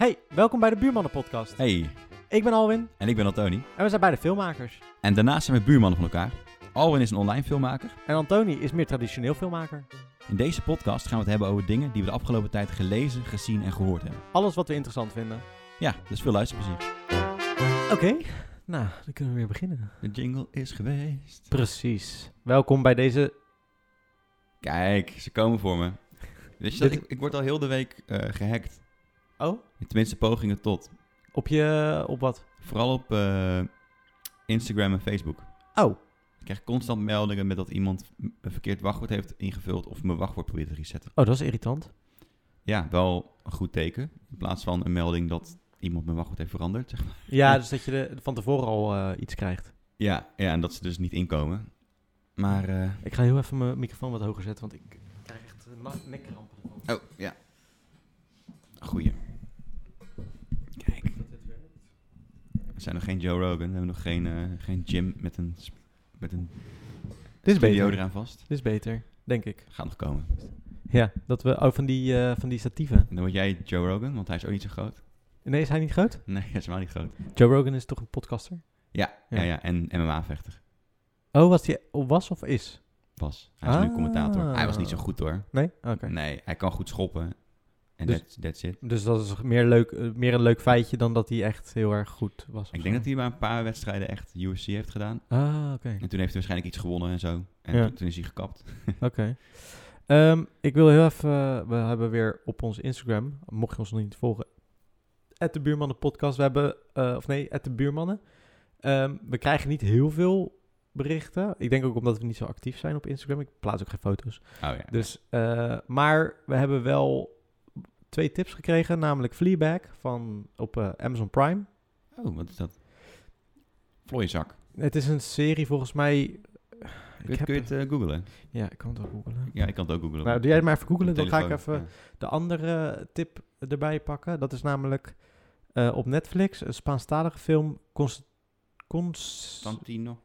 Hey, welkom bij de Buurmannen podcast. Hey, Ik ben Alwin en ik ben Antoni. en we zijn beide filmmakers. En daarnaast zijn we buurmannen van elkaar. Alwin is een online filmmaker. En Antoni is meer traditioneel filmmaker. In deze podcast gaan we het hebben over dingen die we de afgelopen tijd gelezen, gezien en gehoord hebben. Alles wat we interessant vinden. Ja, dus veel luisterplezier. Oké, nou, dan kunnen we weer beginnen. De jingle is geweest. Precies. Welkom bij deze... Kijk, ze komen voor me. Weet je dat? Ik word al heel de week gehackt. Oh? Tenminste, pogingen tot. Op wat? Vooral op Instagram en Facebook. Oh. Ik krijg constant meldingen met dat iemand een verkeerd wachtwoord heeft ingevuld of mijn wachtwoord probeert te resetten. Oh, dat is irritant. Ja, wel een goed teken. In plaats van een melding dat iemand mijn wachtwoord heeft veranderd, zeg maar. Ja, dus dat je van tevoren al iets krijgt. Ja, en dat ze dus niet inkomen. Maar... Ik ga heel even mijn microfoon wat hoger zetten, want ik krijg echt nekkrampen ervan. Oh, ja. Goeie. Kijk. We zijn nog geen Joe Rogan. We hebben nog geen Jim met een Dit is studio beter. eraan vast. Dit is beter, denk ik. Gaat nog komen. Ja, dat we... Oh, van die statieven. En dan word jij Joe Rogan, want hij is ook niet zo groot. Nee, is hij niet groot? Nee, hij is helemaal niet groot. Joe Rogan is toch een podcaster? Ja. En MMA-vechter. Oh, was of is? Was. Hij is nu commentator. Hij was niet zo goed hoor. Nee? Oké. Nee, hij kan goed schoppen. En Dus- that's it. Dus dat is meer een leuk feitje dan dat hij echt heel erg goed was. Ik denk dat hij bij een paar wedstrijden echt UFC heeft gedaan. Ah, oké. En toen heeft hij waarschijnlijk iets gewonnen en zo. En Ja. toen is hij gekapt. Oké. Ik wil heel even... We hebben weer op ons Instagram, mocht je ons nog niet volgen, @debuurmannenpodcast. We hebben... @debuurmannen. We krijgen niet heel veel berichten. Ik denk ook omdat we niet zo actief zijn op Instagram. Ik plaats ook geen foto's. Oh ja. Dus, maar we hebben wel 2 tips gekregen, namelijk Fleabag op Amazon Prime. Oh, wat is dat? Vlooienzak. Het is een serie volgens mij... Kun je het googlen? Ja, ik kan het wel googlen. Ja, ik kan het ook googlen. Nou, doe jij het maar even googlen, dan ga ik Telefoon, even de andere tip erbij pakken. Dat is namelijk op Netflix een Spaanstalige film Constantino.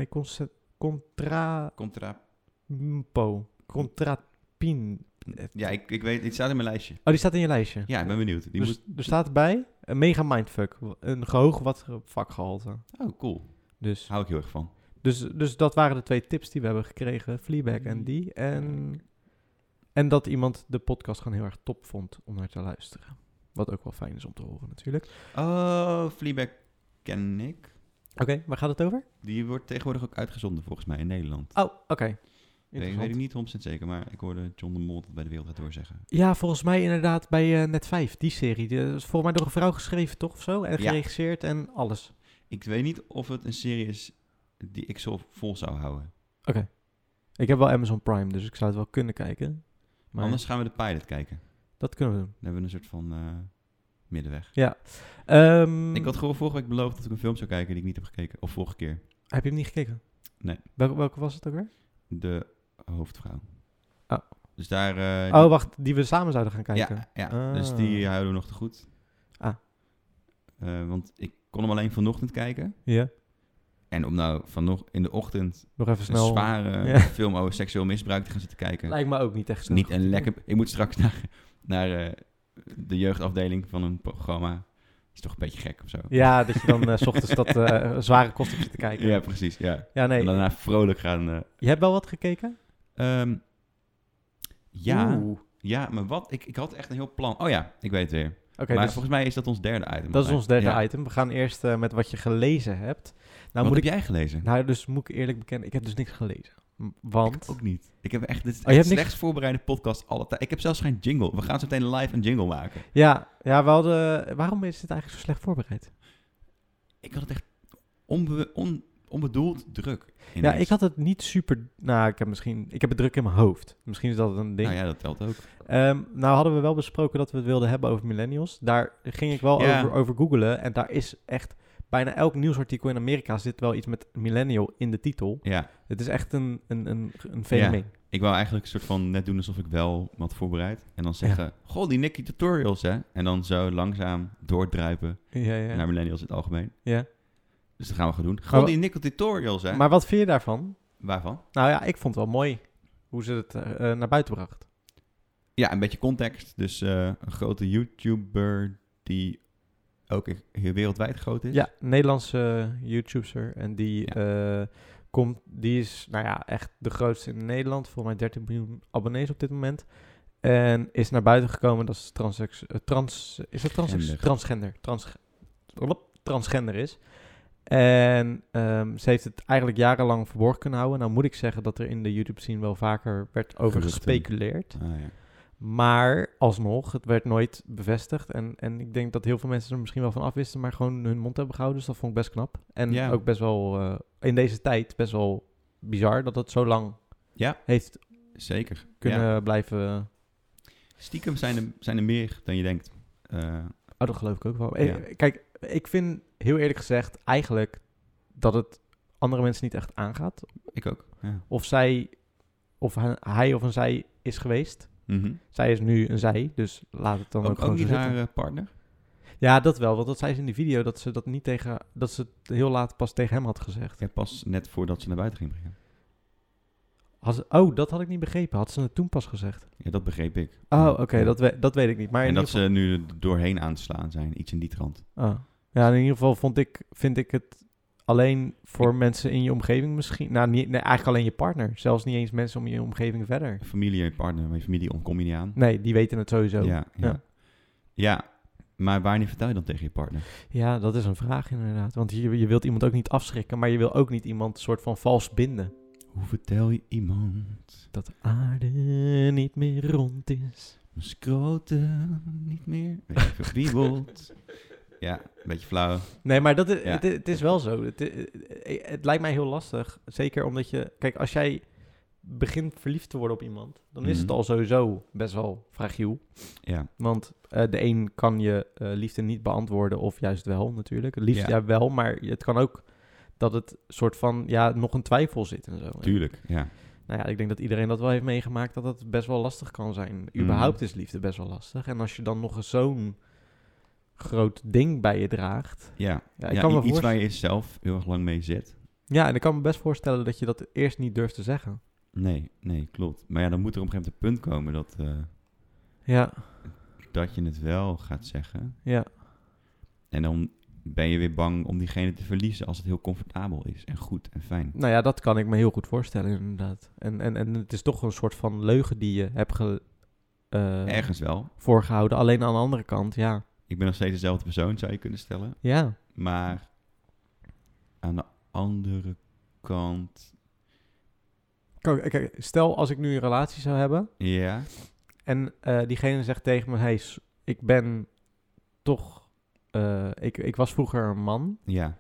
Contrapin. Ja, ik weet, het staat in mijn lijstje. Oh, die staat in je lijstje. Ja, ik ben benieuwd. Dus er staat erbij een mega mindfuck. Een gehoog wat vakgehalte. Oh, cool. Dus, Hou ik heel erg van. dus dat waren de 2 tips die we hebben gekregen. Fleabag en die. En dat iemand de podcast gewoon heel erg top vond om naar te luisteren. Wat ook wel fijn is om te horen natuurlijk. Oh, Fleabag ken ik. Oké, waar gaat het over? Die wordt tegenwoordig ook uitgezonden volgens mij in Nederland. Oh, oké. Weet ik niet 100% zeker, maar ik hoorde John de Mol dat bij de Wereld Draait Door zeggen. Ja, volgens mij inderdaad bij Net5, die serie. Die is volgens mij door een vrouw geschreven, toch? Of zo? En Ja. geregisseerd en alles. Ik weet niet of het een serie is die ik zo vol zou houden. Oké. Ik heb wel Amazon Prime, dus ik zou het wel kunnen kijken. Maar Anders gaan we de pilot kijken. dat kunnen we doen. Dan hebben we een soort van middenweg. Ja. Ik had gewoon vorige week beloofd dat ik een film zou kijken die ik niet heb gekeken. Of vorige keer. Heb je hem niet gekeken? Nee. Welke was het ook weer? De hoofdvrouw. Oh. Dus daar... Oh, wacht. Die we samen zouden gaan kijken. Ja. Dus die houden we nog te goed. Ah. Want ik kon hem alleen vanochtend kijken. Ja. En om nou in de ochtend Nog even een snel. zware film over seksueel misbruik te gaan zitten kijken. Lijkt me ook niet echt is snel. niet een lekker... Ik moet straks naar de jeugdafdeling van een programma. Is toch een beetje gek of zo? Ja, dat je dan 's ochtends dat zware kost op zit te kijken. Ja, precies. Ja. Ja, nee. En daarna vrolijk gaan... Je hebt wel wat gekeken? Ja. Oeh. Ja, maar wat? Ik had echt een heel plan. Oh ja, ik weet het weer. Oké, Maar dus volgens mij is dat ons derde item. dat is ons derde Ja. item. We gaan eerst met wat je gelezen hebt. Nou, Wat moet heb jij gelezen? Nou, dus moet ik eerlijk bekennen, ik heb dus niks gelezen. Want... Ik ook niet. Ik heb echt... Dit is je hebt de niks- slechtst voorbereide podcast alle tijd. Ik heb zelfs geen jingle. We gaan zo meteen live een jingle maken. Ja, we hadden... Waarom is dit eigenlijk zo slecht voorbereid? Ik had het echt onbedoeld druk. Ja, ineens. ik had het niet super... Nou, ik heb het druk in mijn hoofd. Misschien is dat een ding. Nou ja, dat telt ook. Nou hadden we wel besproken dat we het wilden hebben over millennials. Daar ging ik wel Ja. over googlen. En daar is echt... Bijna elk nieuwsartikel in Amerika zit wel iets met millennial in de titel. Ja. Het is echt een fenomeen. Ik wou eigenlijk een soort van net doen alsof ik wel wat voorbereid. En dan zeggen, goh, die Nicky Tutorials, hè. En dan zo langzaam doordruipen Ja. naar millennials in het algemeen. Ja. Dus dat gaan we gaan doen. Goh, Maar- die Nicky Tutorials, hè. Maar wat vind je daarvan? Waarvan? Nou ja, ik vond het wel mooi hoe ze het naar buiten bracht. Ja, een beetje context. Dus een grote YouTuber die ook heel wereldwijd groot is. Ja, Nederlandse YouTuber. En die is, nou ja, echt de grootste in Nederland. Volgens mij 13 miljoen abonnees op dit moment. En is naar buiten gekomen dat ze transgender is. En ze heeft het eigenlijk jarenlang verborgen kunnen houden. Nou moet ik zeggen dat er in de YouTube-scene wel vaker werd over gespeculeerd. Ah, ja. Maar alsnog, het werd nooit bevestigd. En ik denk dat heel veel mensen er misschien wel van afwisten, maar gewoon hun mond hebben gehouden. Dus dat vond ik best knap. En ook best wel, in deze tijd, best wel bizar dat het zo lang heeft zeker kunnen blijven. Stiekem zijn er meer dan je denkt. Dat geloof ik ook wel. Ja. Kijk, ik vind heel eerlijk gezegd eigenlijk dat het andere mensen niet echt aangaat. Ik ook. Ja. Of hij of een zij is geweest. Mm-hmm. Zij is nu een zij, dus laat het dan ook gewoon niet zo haar partner? Ja, dat wel. Want dat zei ze in die video dat ze dat niet dat ze het heel laat pas tegen hem had gezegd. Ja, pas net voordat ze naar buiten ging brengen. Dat had ik niet begrepen. Had ze het toen pas gezegd? Ja, dat begreep ik. Oké, dat weet ik niet. Maar en dat ze nu doorheen aan te slaan zijn, iets in die trant. Ja, in ieder geval vind ik het alleen voor mensen in je omgeving misschien. Nou, eigenlijk alleen je partner. Zelfs niet eens mensen om je omgeving verder. Familie en partner, maar je familie ontkom je niet aan. Nee, die weten het sowieso. Ja, maar wanneer vertel je dan tegen je partner? Ja, dat is een vraag inderdaad. Want je wilt iemand ook niet afschrikken, maar je wil ook niet iemand soort van vals binden. Hoe vertel je iemand dat de aarde niet meer rond is? Mijn scrotum niet meer verwiebeld. Ja, een beetje flauw. Nee, maar het is wel zo. Het lijkt mij heel lastig. Zeker omdat je... Kijk, als jij begint verliefd te worden op iemand, dan is het al sowieso best wel fragiel. Ja. Want de een kan je liefde niet beantwoorden of juist wel natuurlijk. Liefde wel, maar het kan ook dat het soort van nog een twijfel zit en zo. Tuurlijk, ja. Nou ja, ik denk dat iedereen dat wel heeft meegemaakt, dat het best wel lastig kan zijn. Überhaupt is liefde best wel lastig. En als je dan nog eens zo'n groot ding bij je draagt. Ja, ik kan me iets waar je zelf heel erg lang mee zit. Ja, en ik kan me best voorstellen dat je dat eerst niet durft te zeggen. Nee, klopt. Maar ja, dan moet er op een gegeven moment een punt komen dat je het wel gaat zeggen. Ja. En dan ben je weer bang om diegene te verliezen als het heel comfortabel is en goed en fijn. Nou ja, dat kan ik me heel goed voorstellen inderdaad. En het is toch een soort van leugen die je hebt ergens wel voorgehouden. Alleen aan de andere kant, ja. Ik ben nog steeds dezelfde persoon, zou je kunnen stellen. Ja. Maar aan de andere kant... Kijk, stel als ik nu een relatie zou hebben. Ja. En diegene zegt tegen me, hey, ik ben toch... Ik was vroeger een man. Ja.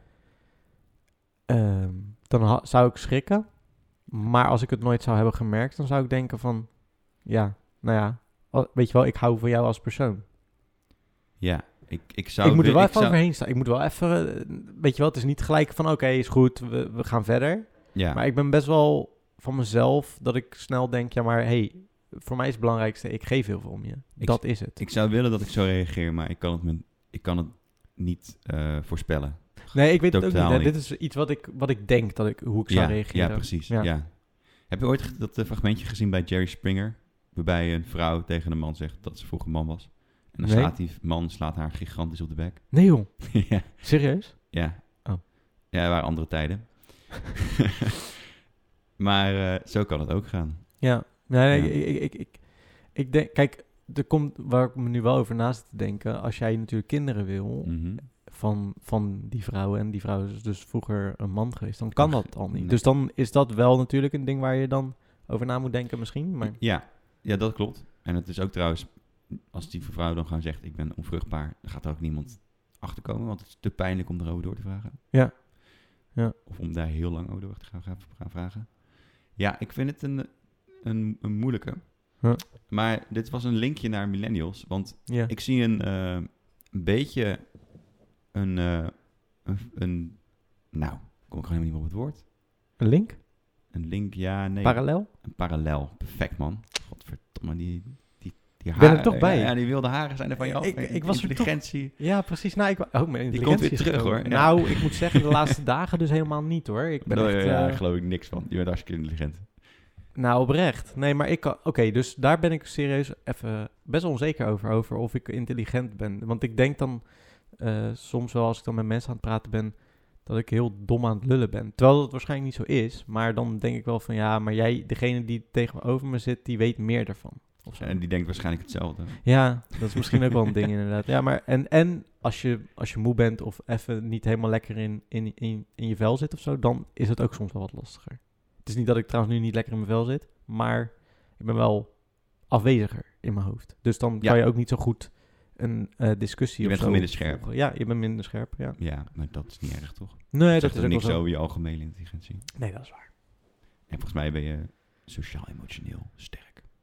Dan zou ik schrikken. Maar als ik het nooit zou hebben gemerkt, dan zou ik denken van... Ja, nou ja, weet je wel, ik hou van jou als persoon. Ja, ik moet er wel even overheen staan. Ik moet wel even... weet je wel, het is niet gelijk van... Oké, is goed, we gaan verder. Ja. Maar ik ben best wel van mezelf dat ik snel denk... Ja, maar hey, voor mij is het belangrijkste... Ik geef heel veel om je. Dat is het. Ik zou willen dat ik zo reageer, maar ik kan het niet voorspellen. Nee, ik weet het ook niet. Hè. Dit is iets wat ik denk hoe ik zou reageren. Ja, precies. Ja. Heb je ooit dat fragmentje gezien bij Jerry Springer? Waarbij een vrouw tegen een man zegt dat ze vroeger man was. En dan slaat die man haar gigantisch op de bek. Nee joh. Ja. Serieus? Ja. Oh. Ja, er waren andere tijden. Maar zo kan het ook gaan. Ja. Nee, ik denk... Kijk, er komt, waar ik me nu wel over na zit te denken... Als jij natuurlijk kinderen wil... Van die vrouw... En die vrouw is dus vroeger een man geweest... Dan kan dat al niet. Nee. Dus dan is dat wel natuurlijk een ding waar je dan over na moet denken misschien. Maar... Ja, dat klopt. En het is ook trouwens... Als die vrouw dan gewoon zegt... Ik ben onvruchtbaar... Dan gaat er ook niemand achterkomen. Want het is te pijnlijk om erover door te vragen. Ja. Of om daar heel lang over door te gaan vragen. Ja, ik vind het een moeilijke. Huh? Maar dit was een linkje naar millennials. Want ik zie een beetje nou, kom ik gewoon helemaal niet meer op het woord. Een link? Een link, ja, nee. Parallel? Een parallel. Perfect, man. Godverdomme, die haren. Ben er toch bij? Ja, die wilde haren zijn er van je af. Ik was intelligentie. Toch, ja, precies. Nou, mijn intelligentie die komt weer terug, hoor. Ja. Nou, ik moet zeggen, de laatste dagen dus helemaal niet, hoor. Ik ben echt... daar geloof ik niks van. Je bent hartstikke intelligent. Nou, oprecht. Nee, maar oké, dus daar ben ik serieus even best wel onzeker over of ik intelligent ben. Want ik denk dan soms wel, als ik dan met mensen aan het praten ben, dat ik heel dom aan het lullen ben. Terwijl dat waarschijnlijk niet zo is. Maar dan denk ik wel van, ja, maar jij, degene die tegenover me zit, die weet meer daarvan. En die denkt waarschijnlijk hetzelfde. Ja, dat is misschien ook wel een ding inderdaad. Ja, maar en als je moe bent of even niet helemaal lekker in je vel zit of zo, dan is het ook soms wel wat lastiger. Het is niet dat ik trouwens nu niet lekker in mijn vel zit, maar ik ben wel afweziger in mijn hoofd. Dus dan kan je ook niet zo goed een discussie je of bent gewoon minder scherp. Volgen. Ja, je bent minder scherp, ja. Ja, maar dat is niet erg, toch? Nee, dat is ook niks wel zo. over je algemene intelligentie. Nee, dat is waar. En volgens mij ben je sociaal-emotioneel sterk.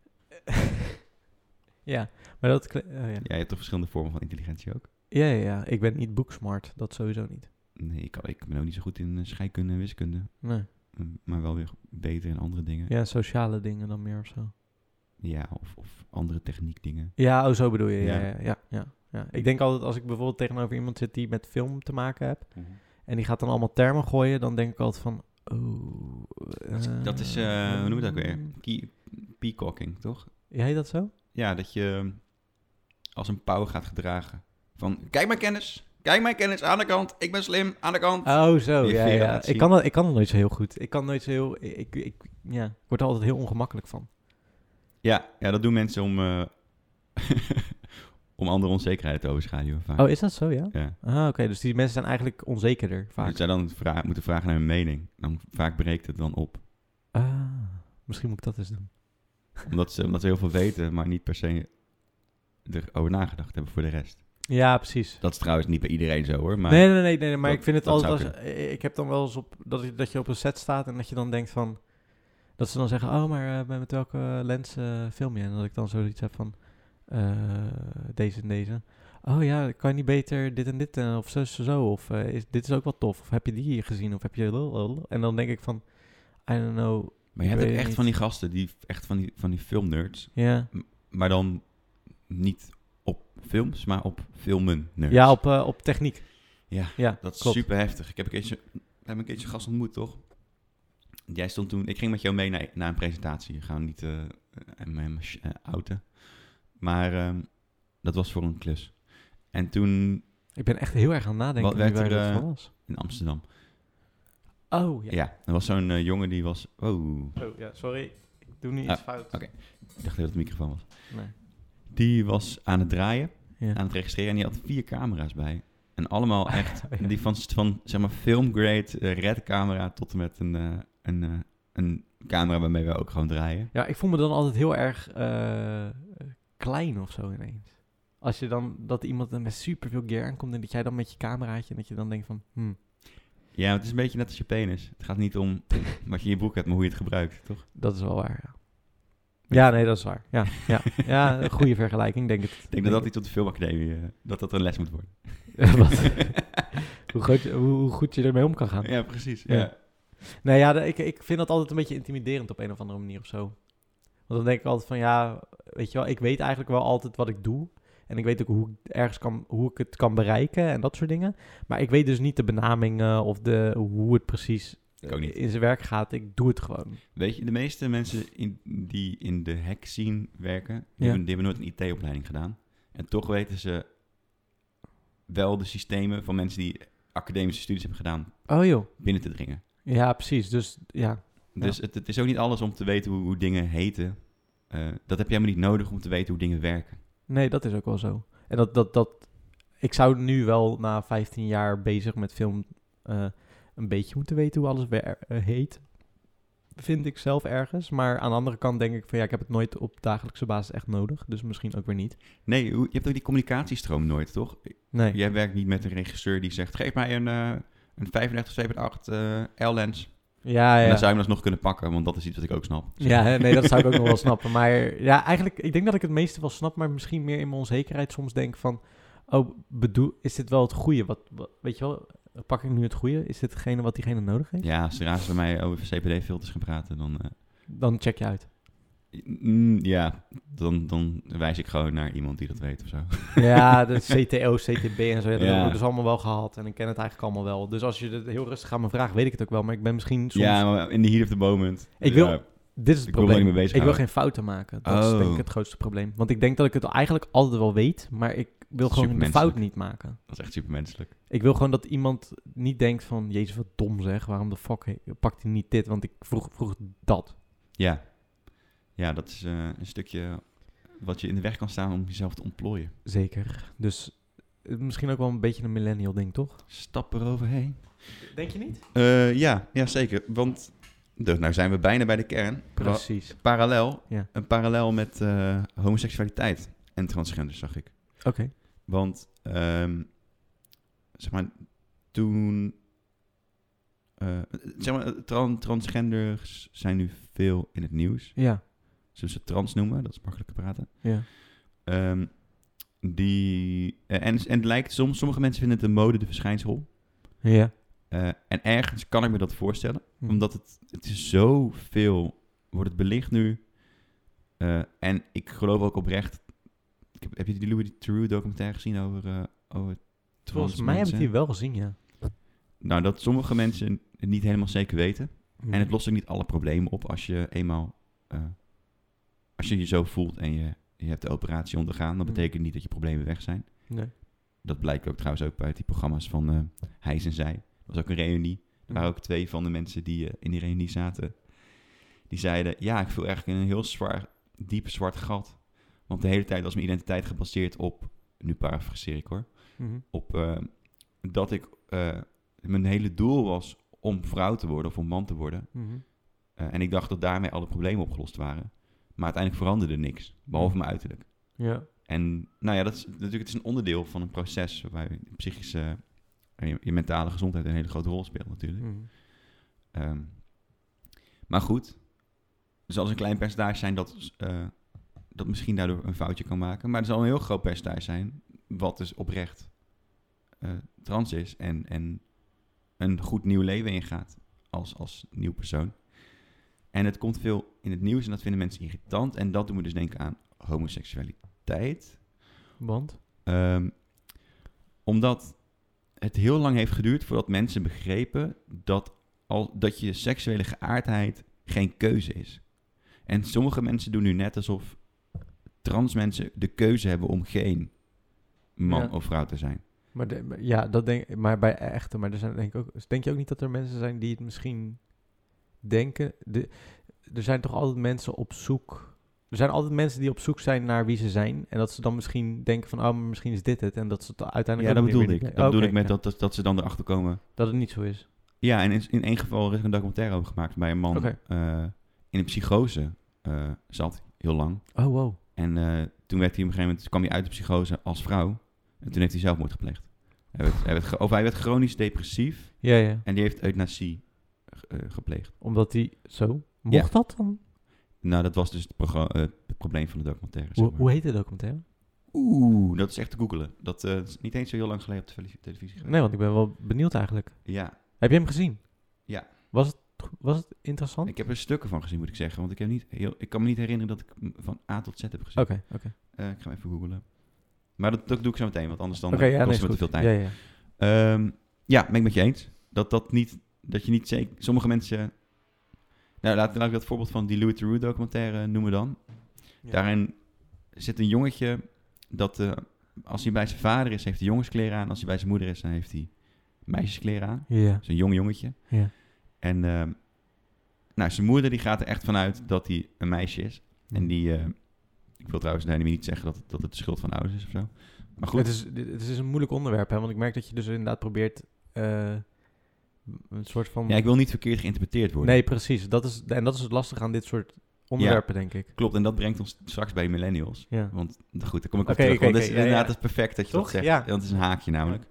Ja, maar dat... ja, je hebt toch verschillende vormen van intelligentie ook? Ja. Ik ben niet booksmart, dat sowieso niet. Nee, ik ben ook niet zo goed in scheikunde en wiskunde. Nee. Maar wel weer beter in andere dingen. Ja, sociale dingen dan meer of zo. Ja, of andere techniekdingen. Ja, zo bedoel je. Ja. Ik denk altijd, als ik bijvoorbeeld tegenover iemand zit die met film te maken heb, en die gaat dan allemaal termen gooien, dan denk ik altijd van, dat is, hoe noem je dat ook weer? Peacocking, toch? Ja, heet dat zo? Ja, dat je als een pauw gaat gedragen. Van, kijk mijn kennis, aan de kant. Ik ben slim, aan de kant. Oh, zo, ja. Ik kan het nooit zo heel goed. Ik word er altijd heel ongemakkelijk van. Ja, dat doen mensen om, om andere onzekerheid te overschaduwen vaak. Oh, is dat zo, ja? Ja. Ah, oké. Dus die mensen zijn eigenlijk onzekerder vaak. Als zij dan moeten vragen naar hun mening, dan vaak breekt het dan op. Ah, misschien moet ik dat eens doen. Omdat ze heel veel weten, maar niet per se erover nagedacht hebben voor de rest. Ja, precies. Dat is trouwens niet bij iedereen zo, hoor. Maar nee, maar ik vind het altijd... ik heb dan wel eens dat je op een set staat en dat je dan denkt van... Dat ze dan zeggen, oh, maar met welke lens film je? En dat ik dan zoiets heb van... deze en deze. Oh ja, kan je niet beter dit en dit of zo? Of dit is ook wel tof. Of heb je die hier gezien? Of heb je... En dan denk ik van... I don't know... Maar je hebt ook echt van die gasten, die echt van die filmnerds. Ja. Maar dan niet op films, maar op filmen nerds. Ja, op techniek. Ja, dat is super heftig. We hebben een keertje een gast ontmoet, toch? Jij stond toen... Ik ging met jou mee naar een presentatie. We gaan niet outen. Maar dat was voor een klus. En toen... Ik ben echt heel erg aan het nadenken waar dat van was. In Amsterdam. Oh, ja. Ja, er was zo'n jongen die was... Oh, ja, sorry. Ik doe niet iets fout. Oké. Ik dacht dat het de microfoon was. Nee. Die was aan het draaien, aan het registreren. En die had 4 camera's bij. En allemaal echt... Die van zeg maar filmgrade red camera tot en met een camera waarmee we ook gewoon draaien. Ja, ik voel me dan altijd heel erg klein of zo ineens. Als je dan... Dat iemand met superveel gear aankomt en dat jij dan met je cameraatje... En dat je dan denkt van... Ja, het is een beetje net als je penis. Het gaat niet om wat je in je broek hebt, maar hoe je het gebruikt, toch? Dat is wel waar, ja. Ja, nee, dat is waar. Ja, een goede vergelijking, denk ik. Ik denk dat iets op de filmacademie, dat een les moet worden. Hoe goed je ermee om kan gaan. Ja, precies. Ja. Nee, ja, ik vind dat altijd een beetje intimiderend op een of andere manier of zo. Want dan denk ik altijd van, ja, weet je wel, ik weet eigenlijk wel altijd wat ik doe. En ik weet ook hoe ik het kan bereiken en dat soort dingen. Maar ik weet dus niet de benamingen of hoe het precies in zijn werk gaat. Ik doe het gewoon. Weet je, de meeste mensen die in de hack scene werken, die hebben nooit een IT-opleiding gedaan. En toch weten ze wel de systemen van mensen die academische studies hebben gedaan binnen te dringen. Ja, precies. Dus ja. Dus het is ook niet alles om te weten hoe dingen heten. Dat heb je helemaal niet nodig om te weten hoe dingen werken. Nee, dat is ook wel zo. En ik zou nu wel na 15 jaar bezig met film een beetje moeten weten hoe alles heet. Vind ik zelf ergens. Maar aan de andere kant denk ik van ja, ik heb het nooit op dagelijkse basis echt nodig. Dus misschien ook weer niet. Nee, je hebt ook die communicatiestroom nooit, toch? Nee. Jij werkt niet met een regisseur die zegt, geef mij een 35-2.8 L-lens. Ja. En dan zou je hem nog kunnen pakken, want dat is iets wat ik ook snap. Ja, nee, dat zou ik ook nog wel snappen. Maar ja, eigenlijk, ik denk dat ik het meeste wel snap, maar misschien meer in mijn onzekerheid soms denk van, is dit wel het goede? Wat, weet je wel, pak ik nu het goede? Is dit hetgene wat diegene nodig heeft? Ja, zodra ze bij mij over CPD-filters gaan praten, dan... Dan check je uit. Ja, dan wijs ik gewoon naar iemand die dat weet of zo. Ja, de CTO, CTB en zo, dat heb ik dus allemaal wel gehad. En ik ken het eigenlijk allemaal wel. Dus als je het heel rustig aan me vraagt, weet ik het ook wel. Maar ik ben misschien soms... Ja, maar in the heat of the moment. Ik wil Dit is het probleem. Ik wil geen fouten maken. Dat is denk ik het grootste probleem. Want ik denk dat ik het eigenlijk altijd wel weet, maar ik wil gewoon de fout niet maken. Dat is echt supermenselijk. Ik wil gewoon dat iemand niet denkt van, jezus, wat dom zeg. Waarom de fuck pakt hij niet dit? Want ik vroeg dat. Ja, dat is een stukje wat je in de weg kan staan om jezelf te ontplooien. Zeker. Dus misschien ook wel een beetje een millennial ding, toch? Stap eroverheen. Denk je niet? Ja, zeker. Want nou zijn we bijna bij de kern. Precies. Een parallel met homoseksualiteit en transgenders, zag ik. Oké. Want, zeg maar, toen... transgenders zijn nu veel in het nieuws. Ja. Zullen ze trans noemen? Dat is makkelijker praten. Ja. En het lijkt sommige mensen vinden het een mode, de verschijnsel. Ja. En ergens kan ik me dat voorstellen. Omdat het is zoveel, wordt het belicht nu. En ik geloof ook oprecht. Heb je die Louis Theroux documentaire gezien over volgens mij heb ik die wel gezien, ja. Nou, dat sommige mensen het niet helemaal zeker weten. En het lost ook niet alle problemen op als je eenmaal... als je je zo voelt en je hebt de operatie ondergaan, dan betekent niet dat je problemen weg zijn. Nee. Dat blijkt ook trouwens ook uit die programma's van Hijs en Zij. Dat was ook een reunie. Er waren ook 2 van de mensen die in die reunie zaten. Die zeiden, ja, ik voel eigenlijk een heel diep zwart gat. Want de hele tijd was mijn identiteit gebaseerd op, nu parafraseer ik hoor, op dat ik, mijn hele doel was om vrouw te worden of om man te worden. En ik dacht dat daarmee alle problemen opgelost waren. Maar uiteindelijk veranderde niks, behalve mijn uiterlijk. Ja. En nou ja, dat is natuurlijk, het is een onderdeel van een proces waarbij je psychische en je mentale gezondheid een hele grote rol speelt natuurlijk. Maar goed, er zal een klein percentage zijn dat misschien daardoor een foutje kan maken. Maar er zal een heel groot percentage zijn wat dus oprecht trans is en een goed nieuw leven ingaat als nieuw persoon. En het komt veel in het nieuws en dat vinden mensen irritant. En dat doen we dus denken aan homoseksualiteit. Want? Omdat het heel lang heeft geduurd voordat mensen begrepen dat je seksuele geaardheid geen keuze is. En sommige mensen doen nu net alsof trans mensen de keuze hebben om geen man of vrouw te zijn. Maar dat denk maar bij echte, maar er zijn denk je ook niet dat er mensen zijn die het misschien denken? Er zijn toch altijd mensen op zoek. Er zijn altijd mensen die op zoek zijn naar wie ze zijn. En dat ze dan misschien denken van, maar misschien is dit het. En dat ze het uiteindelijk... Ja, dat bedoel ik. Dat bedoel ik met dat ze dan erachter komen. Dat het niet zo is. Ja, en in één geval is er een documentaire over gemaakt bij een man in een psychose zat, heel lang. Oh, wow. En toen werd hij op een gegeven moment, kwam hij uit de psychose als vrouw. En toen heeft hij zelfmoord gepleegd. Hij werd chronisch depressief. Ja. En die heeft euthanasie gepleegd. Omdat hij zo... Mocht dat dan? Nou, dat was dus het probleem van de documentaire. Hoe heet de documentaire? Dat is echt te googelen. Dat is niet eens zo heel lang geleden op de televisie geweest. Nee, want ik ben wel benieuwd eigenlijk. Ja. Heb je hem gezien? Ja. Was het interessant? Ik heb er stukken van gezien, moet ik zeggen. Want ik kan me niet herinneren dat ik van A tot Z heb gezien. Oké. Ik ga hem even googelen. Maar dat doe ik zo meteen, want anders dan kost het me te veel tijd. Ja, ben ik met je eens. Dat je niet zeker... Sommige mensen... Nou, laat ik dat voorbeeld van die Louis Theroux documentaire noemen dan. Ja. Daarin zit een jongetje dat als hij bij zijn vader is, heeft hij jongenskleren aan. Als hij bij zijn moeder is, dan heeft hij meisjeskleren aan. Ja. Dat is een jong jongetje. Ja. En zijn moeder die gaat er echt vanuit dat hij een meisje is. En die... ik wil trouwens niet zeggen dat het de schuld van ouders is of zo. Maar goed. Het is een moeilijk onderwerp, hè? Want ik merk dat je dus inderdaad probeert... een soort van... Ja, ik wil niet verkeerd geïnterpreteerd worden. Nee, precies. Dat is het lastige aan dit soort onderwerpen, denk ik. Klopt, en dat brengt ons straks bij millennials. Ja. Want goed, daar kom ik op terug. Want inderdaad, het is perfect dat je dat zegt. Ja. Want het is een haakje namelijk.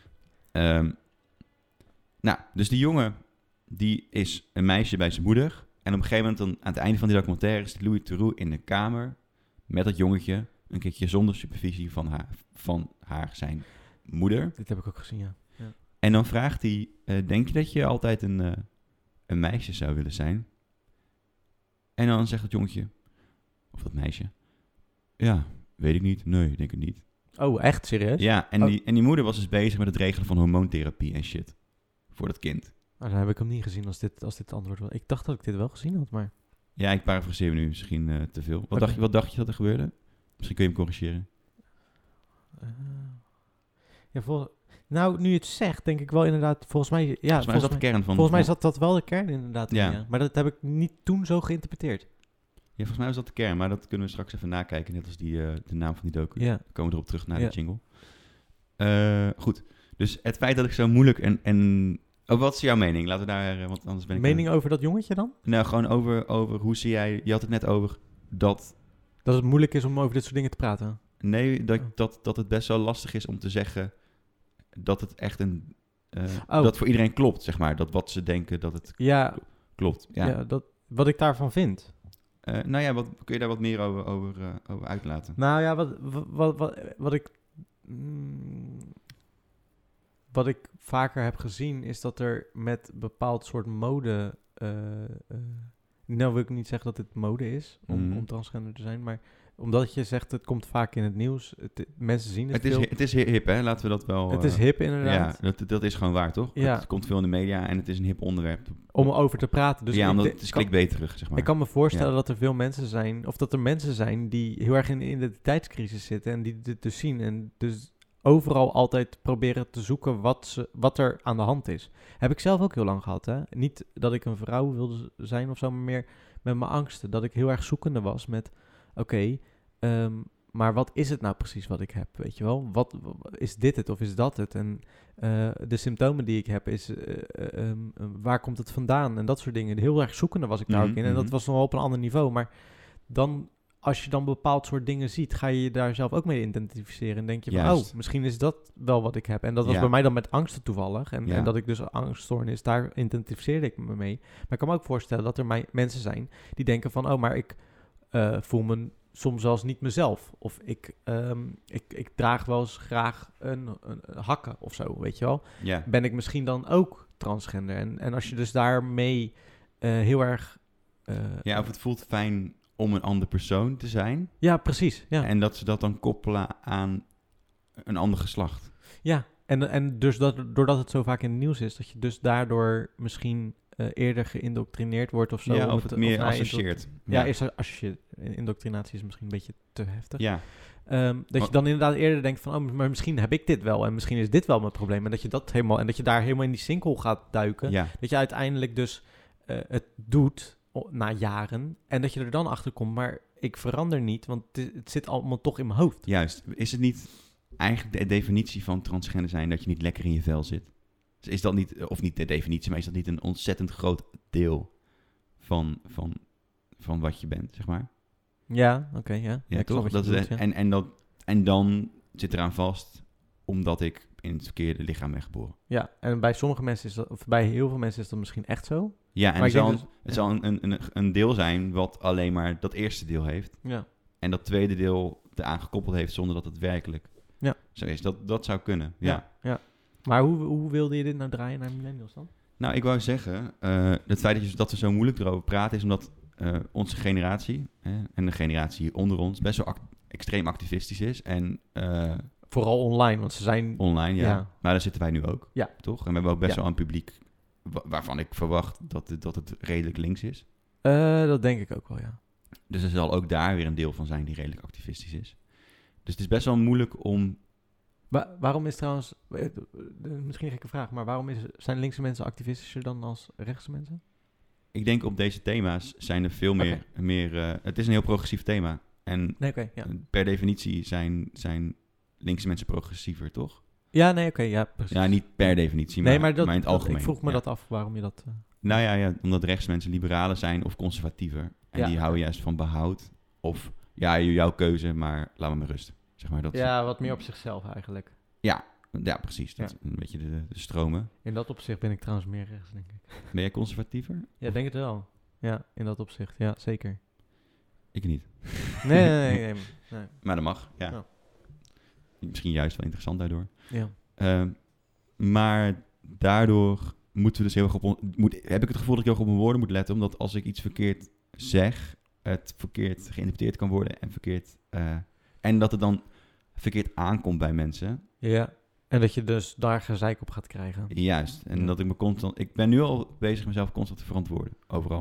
Dus die jongen, die is een meisje bij zijn moeder. En op een gegeven moment, aan het einde van die documentaire, is Louis Theroux in de kamer met dat jongetje, een keertje zonder supervisie van haar moeder. Dit heb ik ook gezien, ja. En dan vraagt hij, denk je dat je altijd een meisje zou willen zijn? En dan zegt het jongetje, of dat meisje, ja, weet ik niet. Nee, ik denk het niet. Oh, echt? Serieus? Ja, en die moeder was dus bezig met het regelen van hormoontherapie en shit. Voor dat kind. Dan heb ik hem niet gezien als dit antwoord was. Ik dacht dat ik dit wel gezien had, maar... Ja, ik parafraseer nu misschien te veel. Wat dacht je dat er gebeurde? Misschien kun je hem corrigeren. Nou, nu je het zegt, denk ik wel inderdaad, volgens mij is dat de kern van... Volgens mij zat dat wel de kern inderdaad. Ja. Maar dat heb ik niet toen zo geïnterpreteerd. Ja, volgens mij was dat de kern, maar dat kunnen we straks even nakijken, net als de naam van die docu. Ja. Dan komen we erop terug naar de jingle. Goed, dus het feit dat ik zo moeilijk en wat is jouw mening? Laten we daar, want anders ben ik... Mening over dat jongetje dan? Nou, gewoon over hoe zie jij... Je had het net over dat... Dat het moeilijk is om over dit soort dingen te praten. Nee, dat het best wel lastig is om te zeggen dat het echt dat voor iedereen klopt, zeg maar. Dat wat ze denken dat het klopt. Ja, wat ik daarvan vind. Kun je daar wat meer over uitlaten? Nou ja, wat ik vaker heb gezien is dat er met bepaald soort mode... nou wil ik niet zeggen dat het mode is om transgender te zijn, maar omdat je zegt het komt vaak in het nieuws, mensen zien het veel. Het is hip, hè? Laten we dat wel... Het is hip, inderdaad. Ja, dat is gewoon waar, toch? Ja. Het komt veel in de media en het is een hip onderwerp. Om over te praten. Dus omdat het is klikbeterig, zeg maar. Ik kan me voorstellen dat er veel mensen zijn, of dat er mensen zijn die heel erg in de identiteitscrisis zitten en die dit dus zien en dus overal altijd proberen te zoeken wat er aan de hand is. Heb ik zelf ook heel lang gehad, hè? Niet dat ik een vrouw wilde zijn of zo, maar meer met mijn angsten. Dat ik heel erg zoekende was met, maar wat is het nou precies wat ik heb, weet je wel? Wat is dit het of is dat het? En de symptomen die ik heb waar komt het vandaan? En dat soort dingen. Heel erg zoekende was ik daar ook in. En dat was nog op een ander niveau. Maar dan, als je dan bepaald soort dingen ziet, ga je je daar zelf ook mee identificeren. En denk je van, misschien is dat wel wat ik heb. En dat was bij mij dan met angsten toevallig. En dat ik dus angststoornis, daar identificeerde ik me mee. Maar ik kan me ook voorstellen dat er mensen zijn die denken van, maar ik voel me soms zelfs niet mezelf. Of ik draag wel eens graag een hakken of zo, weet je wel. Yeah. Ben ik misschien dan ook transgender? En als je dus daarmee heel erg... of het voelt fijn om een ander persoon te zijn. Ja, precies. Ja. En dat ze dat dan koppelen aan een ander geslacht. Ja, en dus doordat het zo vaak in het nieuws is, dat je dus daardoor misschien eerder geïndoctrineerd wordt of zo. Ja, of het meer associeert. Eerst associeert. Indoctrinatie is misschien een beetje te heftig. Ja. Dat je dan inderdaad eerder denkt van, maar misschien heb ik dit wel en misschien is dit wel mijn probleem. En dat je dat daar helemaal in die sinkhole gaat duiken. Ja. Dat je uiteindelijk dus het doet na jaren en dat je er dan achter komt, maar ik verander niet, want het zit allemaal toch in mijn hoofd. Juist. Is het niet eigenlijk de definitie van transgender zijn dat je niet lekker in je vel zit? Is dat niet, of niet de definitie, maar is dat niet een ontzettend groot deel van wat je bent, zeg maar? Ja, oké, ja. Ja, toch? En dan zit eraan vast, omdat ik in het verkeerde lichaam ben geboren. Ja, en bij sommige mensen is dat, of bij heel veel mensen is dat misschien echt zo. Ja, en het zal een deel zijn wat alleen maar dat eerste deel heeft. Ja. En dat tweede deel eraan gekoppeld heeft zonder dat het werkelijk zo is. Dat zou kunnen, ja. Maar hoe wilde je dit nou draaien naar millennials dan? Nou, ik wou zeggen, het feit dat we zo moeilijk erover praten is omdat onze generatie en de generatie onder ons best wel extreem activistisch is. En, vooral online, want ze zijn... Online, ja. Maar daar zitten wij nu ook, toch? En we hebben ook best wel een publiek waarvan ik verwacht dat het redelijk links is. Dat denk ik ook wel, ja. Dus er zal ook daar weer een deel van zijn die redelijk activistisch is. Dus het is best wel moeilijk om... Waarom is trouwens, misschien een gekke vraag, maar waarom zijn linkse mensen activistischer dan als rechtse mensen? Ik denk op deze thema's zijn er veel meer het is een heel progressief thema. En per definitie zijn linkse mensen progressiever, toch? Ja, precies. Ja, niet per definitie, maar in het algemeen. Ik vroeg me dat af, waarom je dat... Nou ja, omdat rechtse mensen liberalen zijn of conservatiever. En die houden juist van behoud. Of, jouw keuze, maar laat me maar rust. Zeg maar, dat wat meer op zichzelf eigenlijk. Ja precies. Dat is een beetje de stromen. In dat opzicht ben ik trouwens meer rechts, denk ik. Ben jij conservatiever? Ja, denk het wel. Ja, in dat opzicht. Ja, zeker. Ik niet. Nee. Maar dat mag, ja. Misschien juist wel interessant daardoor. Ja. Maar daardoor moeten we dus heel erg heb ik het gevoel dat ik heel erg op mijn woorden moet letten. Omdat als ik iets verkeerd zeg, het verkeerd geïnterpreteerd kan worden en verkeerd... en dat het dan verkeerd aankomt bij mensen. Ja, en dat je dus daar gezeik op gaat krijgen. Juist, en dat ik me constant... Ik ben nu al bezig mezelf constant te verantwoorden, overal.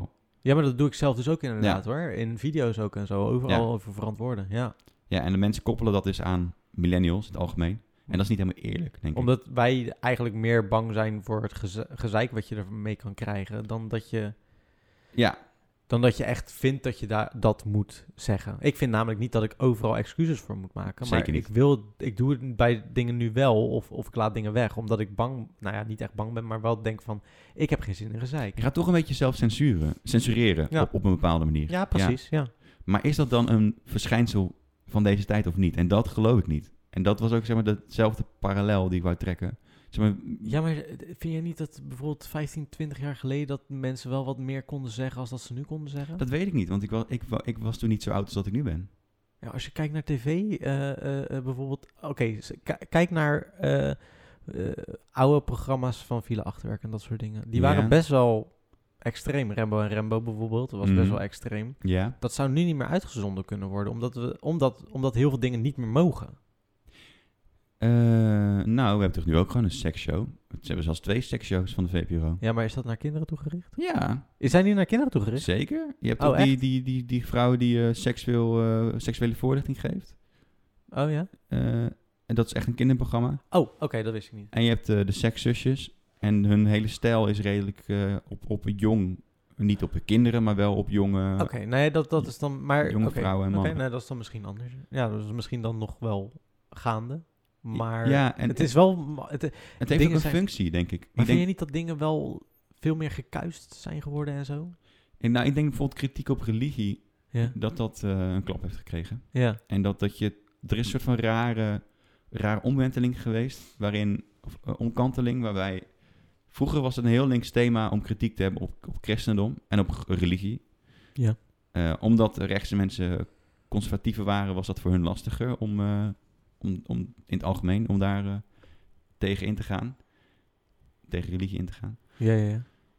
Ja, maar dat doe ik zelf dus ook inderdaad hoor. In video's ook en zo. Overal over verantwoorden. Ja, en de mensen koppelen dat dus aan millennials in het algemeen. En dat is niet helemaal eerlijk, denk ik. Omdat wij eigenlijk meer bang zijn voor het gezeik wat je ermee kan krijgen, dan dat je... Ja. Dan dat je echt vindt dat je dat moet zeggen. Ik vind namelijk niet dat ik overal excuses voor moet maken. Zeker maar niet. Ik doe het bij dingen nu wel, of ik laat dingen weg, omdat ik niet echt bang ben, maar wel denk van, ik heb geen zin in gezeik. Je gaat toch een beetje zelf censureren op een bepaalde manier. Ja, precies, ja. Maar is dat dan een verschijnsel van deze tijd of niet? En dat geloof ik niet. En dat was ook, zeg maar, dezelfde parallel die ik wou trekken. Zeg maar, ja, maar vind je niet dat bijvoorbeeld 15, 20 jaar geleden dat mensen wel wat meer konden zeggen als dat ze nu konden zeggen? Dat weet ik niet, want ik was toen niet zo oud als dat ik nu ben. Ja, als je kijkt naar tv, bijvoorbeeld... Oké, kijk naar oude programma's van File Achterwerk en dat soort dingen. Die waren best wel extreem. Rembo en Rembo bijvoorbeeld, dat was best wel extreem. Ja. Dat zou nu niet meer uitgezonden kunnen worden, omdat heel veel dingen niet meer mogen. Nou, we hebben toch nu ook gewoon een seksshow. Ze hebben zelfs 2 seksshows van de VPRO. Ja, maar is dat naar kinderen toegericht? Ja. Zijn die naar kinderen toegericht? Zeker. Je hebt ook die vrouw die seksuele voorlichting geeft. Oh ja? En dat is echt een kinderprogramma. Oh, oké, dat wist ik niet. En je hebt de sekszusjes. En hun hele stijl is redelijk op jong. Niet op kinderen, maar wel op jonge... Oké, nee, dat is dan... Maar, jonge vrouwen en mannen. Oké, nee, dat is dan misschien anders. Ja, dat is misschien dan nog wel gaande. Maar ja, en het is wel... Het heeft ook een functie, denk ik. Maar vind je niet dat dingen wel veel meer gekuist zijn geworden en zo? Ik denk bijvoorbeeld kritiek op religie... Ja. dat een klap heeft gekregen. Ja. En er is een soort van rare omwenteling geweest... omkanteling, waarbij... Vroeger was het een heel links thema om kritiek te hebben op christendom en op religie. Ja. Omdat rechtse mensen conservatiever waren, was dat voor hun lastiger om in het algemeen om daar tegen in te gaan. Tegen religie in te gaan. Ja.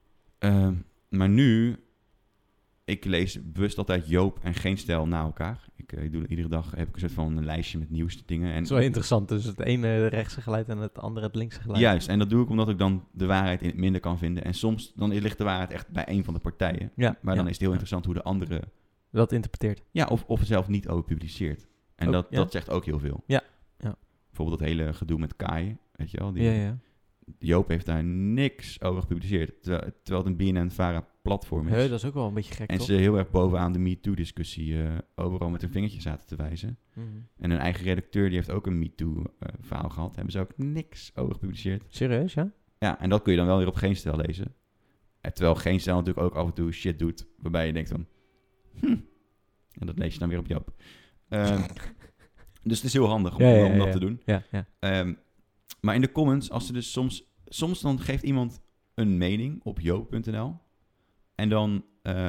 Maar nu, ik lees bewust altijd Joop en Geen Stijl na elkaar. Ik doe iedere dag heb ik een soort van een lijstje met nieuwste dingen. En dat is wel interessant. Dus het ene rechtse geluid en het andere het linkse geluid. Juist, en dat doe ik omdat ik dan de waarheid in het minder kan vinden. En soms dan ligt de waarheid echt bij een van de partijen. Ja, maar dan is het heel interessant hoe de andere... dat interpreteert. Ja, of zelf niet over publiceert. En dat zegt ook heel veel. Ja. Bijvoorbeeld dat hele gedoe met Kai, weet je wel. Ja. Joop heeft daar niks over gepubliceerd. Terwijl het een BNN-Vara platform is. Dat is ook wel een beetje gek, en toch? ze heel erg bovenaan de MeToo-discussie overal met hun vingertje zaten te wijzen. Mm-hmm. En hun eigen redacteur die heeft ook een MeToo-verhaal gehad. Daar hebben ze ook niks over gepubliceerd. Serieus, ja? Ja, en dat kun je dan wel weer op Geen Stijl lezen. Terwijl Geen Stijl natuurlijk ook af en toe shit doet... waarbij je denkt van... En dat lees je dan weer op Joop. Dus het is heel handig om dat te doen. Ja. Maar in de comments, als ze dus soms dan geeft iemand een mening op joop.nl. En dan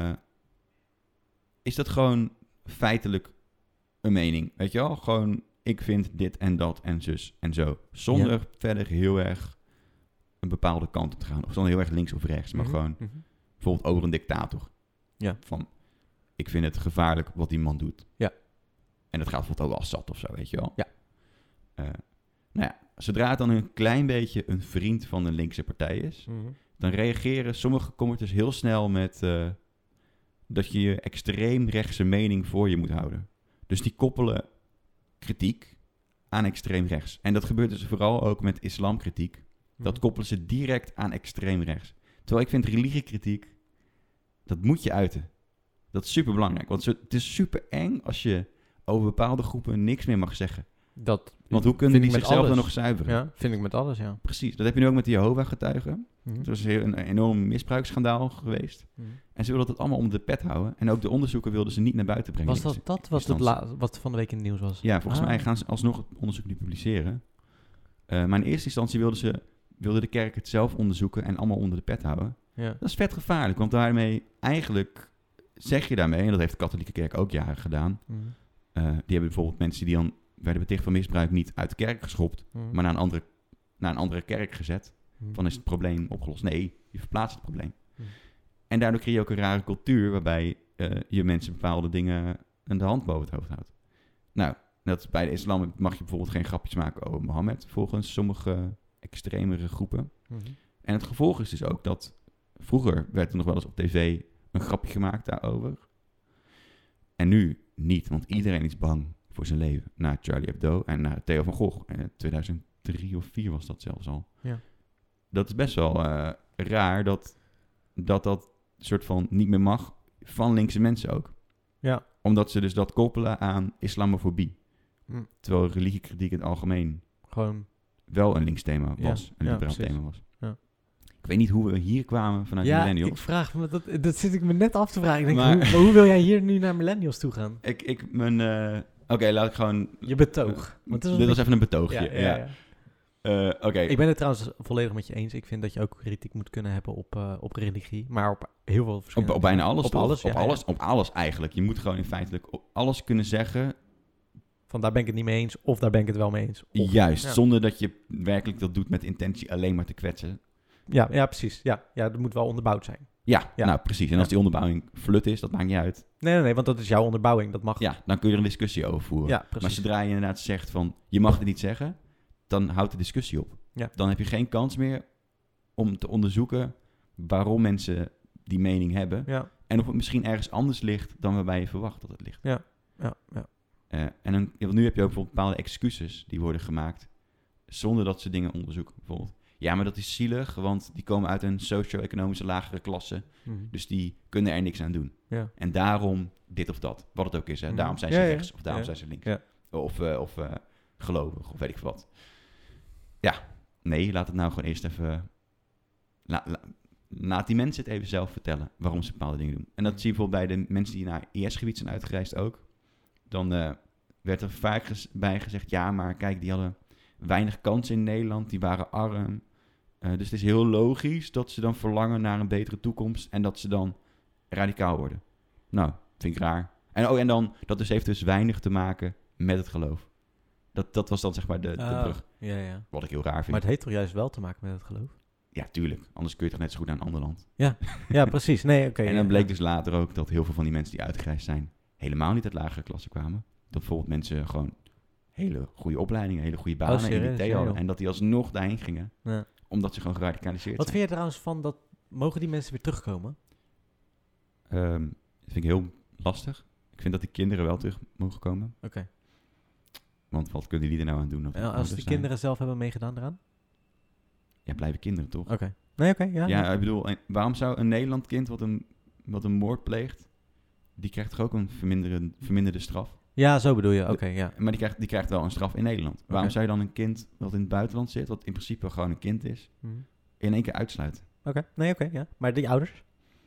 is dat gewoon feitelijk een mening. Weet je wel? Gewoon, ik vind dit en dat en zus en zo. Zonder verder heel erg een bepaalde kant op te gaan. Of zonder heel erg links of rechts. Maar gewoon bijvoorbeeld over een dictator. Ja. Van, ik vind het gevaarlijk wat die man doet. Ja. En dat gaat bijvoorbeeld over Assad of zo, weet je wel. Ja. Nou ja, zodra het dan een klein beetje een vriend van een linkse partij is... dan reageren sommige commenters heel snel met... dat je je extreem rechtse mening voor je moet houden. Dus die koppelen kritiek aan extreem rechts. En dat gebeurt dus vooral ook met islamkritiek. Dat koppelen ze direct aan extreem rechts. Terwijl ik vind religiekritiek... dat moet je uiten. Dat is super belangrijk. Want het is super eng als je over bepaalde groepen niks meer mag zeggen. Want hoe kunnen die zichzelf dan nog zuiveren? Ja, vind ik met alles, ja. Precies. Dat heb je nu ook met de Jehovah-getuigen. Dat is een enorm misbruiksschandaal geweest. En ze wilden dat allemaal onder de pet houden. En ook de onderzoeken wilden ze niet naar buiten brengen. Was dat wat van de week in het nieuws was? Ja, volgens mij gaan ze alsnog het onderzoek nu publiceren. Maar in eerste instantie wilde de kerk het zelf onderzoeken en allemaal onder de pet houden. Ja. Dat is vet gevaarlijk, want daarmee eigenlijk zeg je daarmee, en dat heeft de katholieke kerk ook jaren gedaan. Die hebben bijvoorbeeld mensen die dan werden beticht van misbruik niet uit de kerk geschopt, maar naar een andere kerk gezet. Dan is het probleem opgelost. Nee, je verplaatst het probleem. En daardoor creëer je ook een rare cultuur waarbij je mensen bepaalde dingen aan de hand boven het hoofd houdt. Nou, dat is bij de islam mag je bijvoorbeeld geen grapjes maken over Mohammed, volgens sommige extremere groepen. En het gevolg is dus ook dat vroeger werd er nog wel eens op tv een grapje gemaakt daarover. En nu niet, want iedereen is bang voor zijn leven. Na Charlie Hebdo en na Theo van Gogh. 2003 of 2004 was dat zelfs al. Ja. Dat is best wel raar dat soort van niet meer mag van linkse mensen ook. Ja. Omdat ze dus dat koppelen aan islamofobie. Terwijl religiekritiek in het algemeen gewoon wel een links thema was. Een liberaal thema was. Ja. Ik weet niet hoe we hier kwamen vanuit de millennials. Ik vraag me, dat zit ik me net af te vragen. Ik denk, hoe wil jij hier nu naar millennials toe gaan? Oké, laat ik gewoon... Je betoog. Dit was even een betoogje. Ja. Oké. Ik ben het trouwens volledig met je eens. Ik vind dat je ook kritiek moet kunnen hebben op religie. Maar op heel veel verschillende... Op bijna alles, Op alles eigenlijk. Je moet gewoon in feitelijk alles kunnen zeggen... Van daar ben ik het niet mee eens, of daar ben ik het wel mee eens. Of, juist, zonder dat je werkelijk dat doet met intentie alleen maar te kwetsen. Ja, precies. Ja, dat moet wel onderbouwd zijn. Ja, nou precies. En als die onderbouwing flut is, dat maakt niet uit. Nee, want dat is jouw onderbouwing. Dat mag. Ja, dan kun je er een discussie over voeren. Ja, precies. Maar zodra je inderdaad zegt van, je mag het niet zeggen, dan houdt de discussie op. Ja. Dan heb je geen kans meer om te onderzoeken waarom mensen die mening hebben. Ja. En of het misschien ergens anders ligt dan waarbij je verwacht dat het ligt. Ja. Want nu heb je ook bijvoorbeeld bepaalde excuses die worden gemaakt zonder dat ze dingen onderzoeken. Bijvoorbeeld, ja, maar dat is zielig, want die komen uit een socio-economische lagere klasse. Mm-hmm. Dus die kunnen er niks aan doen. Ja. En daarom dit of dat, wat het ook is. Hè? Mm-hmm. Daarom zijn ze rechts of daarom zijn ze links. Ja. Of gelovig, of weet ik wat. Ja, nee, laat het nou gewoon eerst even... Laat die mensen het even zelf vertellen waarom ze bepaalde dingen doen. En dat zie je bijvoorbeeld bij de mensen die naar IS-gebied zijn uitgereisd ook. Dan werd er vaak bij gezegd, ja, maar kijk, die hadden weinig kansen in Nederland, die waren arm. Dus het is heel logisch dat ze dan verlangen naar een betere toekomst en dat ze dan radicaal worden. Nou, vind ik raar. En dan, dat heeft dus weinig te maken met het geloof. Dat was dan zeg maar de brug. Ja. Wat ik heel raar vind. Maar het heeft toch juist wel te maken met het geloof? Ja, tuurlijk. Anders kun je toch net zo goed naar een ander land. Ja, precies. Nee, oké. En dan bleek dus later ook dat heel veel van die mensen die uitgereisd zijn helemaal niet uit lagere klasse kwamen. Dat bijvoorbeeld mensen gewoon hele goede opleidingen, hele goede banen in IT hadden. En dat die alsnog daarheen gingen. Ja. Omdat ze gewoon geradicaliseerd Wat zijn. vind je trouwens van dat... Mogen die mensen weer terugkomen? Dat vind ik heel lastig. Ik vind dat die kinderen wel terug mogen komen. Oké. Want wat kunnen die er nou aan doen? Als de kinderen zelf hebben meegedaan eraan? Ja, blijven kinderen toch? Oké. Nee, oké. Ja, ik bedoel, waarom zou een Nederland kind wat een moord pleegt, die krijgt toch ook een verminderde straf? Ja, zo bedoel je. Oké, ja. Maar die krijgt wel een straf in Nederland. Waarom zou je dan een kind wat in het buitenland zit, wat in principe gewoon een kind is, in één keer uitsluiten? Oké. Nee, oké, ja. Maar die ouders?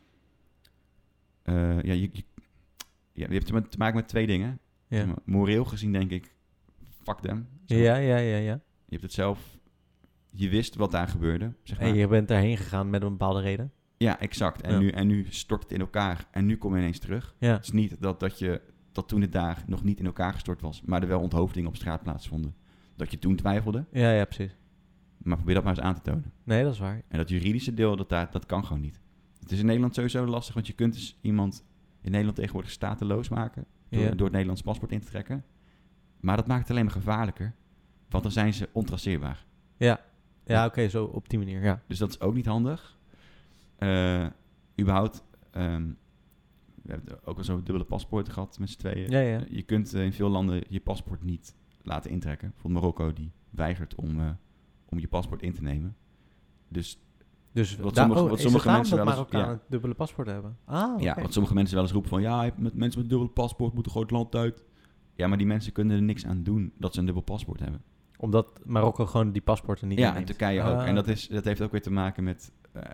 Je hebt te maken met twee dingen. Ja. Maar moreel gezien denk ik, fuck them. Ja. Je hebt het zelf... Je wist wat daar gebeurde, zeg maar. En je bent daarheen gegaan met een bepaalde reden? Ja, exact. En nu stort het in elkaar. En nu kom je ineens terug. Ja. Het is niet dat toen het daar nog niet in elkaar gestort was, maar er wel onthoofdingen op straat plaatsvonden. Dat je toen twijfelde. Ja, precies. Maar probeer dat maar eens aan te tonen. Nee, dat is waar. En dat juridische deel, dat kan gewoon niet. Het is in Nederland sowieso lastig, want je kunt dus iemand in Nederland tegenwoordig stateloos maken door het Nederlands paspoort in te trekken. Maar dat maakt het alleen maar gevaarlijker, want dan zijn ze ontraceerbaar. Ja, oké, zo op die manier, ja. Dus dat is ook niet handig. Überhaupt, we hebben ook wel zo'n dubbele paspoorten gehad met z'n tweeën. Ja. Je kunt in veel landen je paspoort niet laten intrekken. Bijvoorbeeld Marokko, die weigert om je paspoort in te nemen. Dus wat sommige mensen wel eens... Marokkanen een dubbele paspoort hebben? Ja, wat sommige mensen wel eens roepen van... Ja, mensen met een dubbele paspoort moeten gewoon het land uit. Ja, maar die mensen kunnen er niks aan doen dat ze een dubbel paspoort hebben. Omdat Marokko gewoon die paspoorten niet inneemt. Ja, en Turkije ook. En dat heeft ook weer te maken met...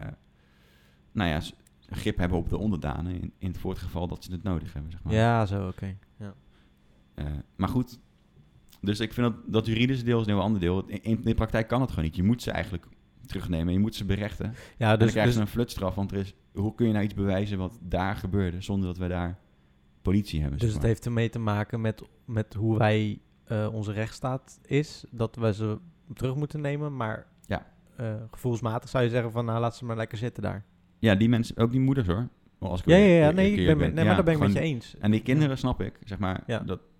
grip hebben op de onderdanen in het geval dat ze het nodig hebben, zeg maar. Ja, zo, oké. Ja. Maar goed, dus ik vind dat juridische deel is een heel ander deel. In de praktijk kan het gewoon niet. Je moet ze eigenlijk terugnemen, je moet ze berechten. Ja, dus, dan krijgen ze een flutstraf, want hoe kun je nou iets bewijzen wat daar gebeurde, zonder dat we daar politie hebben? Dus het heeft ermee te maken met hoe wij onze rechtsstaat is, dat we ze terug moeten nemen, maar gevoelsmatig zou je zeggen van, nou, laat ze maar lekker zitten daar. Ja, die mensen, ook die moeders hoor. Maar daar ben ik met je eens. En die kinderen snap ik, zeg maar. Ja.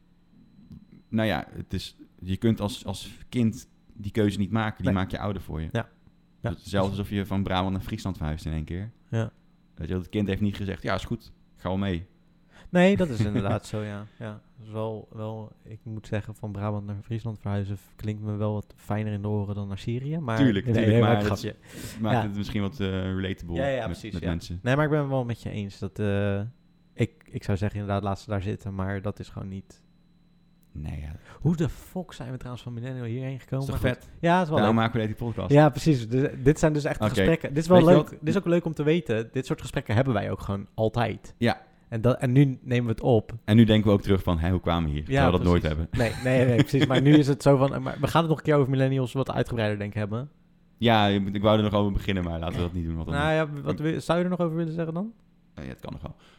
Je kunt als kind die keuze niet maken, die maak je ouder voor je. Ja. Zelfs alsof je van Brabant naar Friesland verhuist in één keer. Ja. Weet je, het kind heeft niet gezegd, ja, is goed, ga wel mee. Nee, dat is inderdaad zo, ja. Dat is wel, ik moet zeggen, van Brabant naar Friesland verhuizen klinkt me wel wat fijner in de oren dan naar Syrië. Maar Tuurlijk, maar het maakt het misschien wat relatable met mensen. Nee, maar ik ben het wel met je eens. Dat, ik zou zeggen, inderdaad, laat ze daar zitten, maar dat is gewoon niet... Nee, ja. Hoe de fuck zijn we trouwens van Millennial hierheen gekomen? Is toch vet? Ja, is wel leuk. Maken we die podcast. Ja, precies. Dit zijn dus echt gesprekken. Dit is wel leuk. Dit is ook leuk om te weten. Dit soort gesprekken hebben wij ook gewoon altijd. Ja. En nu nemen we het op. En nu denken we ook terug van, hoe kwamen we hier? Terwijl we dat nooit hebben. Nee, precies. Maar nu is het zo van... Maar we gaan het nog een keer over millennials wat uitgebreider, denk ik, hebben. Ja, ik wou er nog over beginnen, maar laten we dat niet doen. Zou je er nog over willen zeggen dan? Ja, het kan nog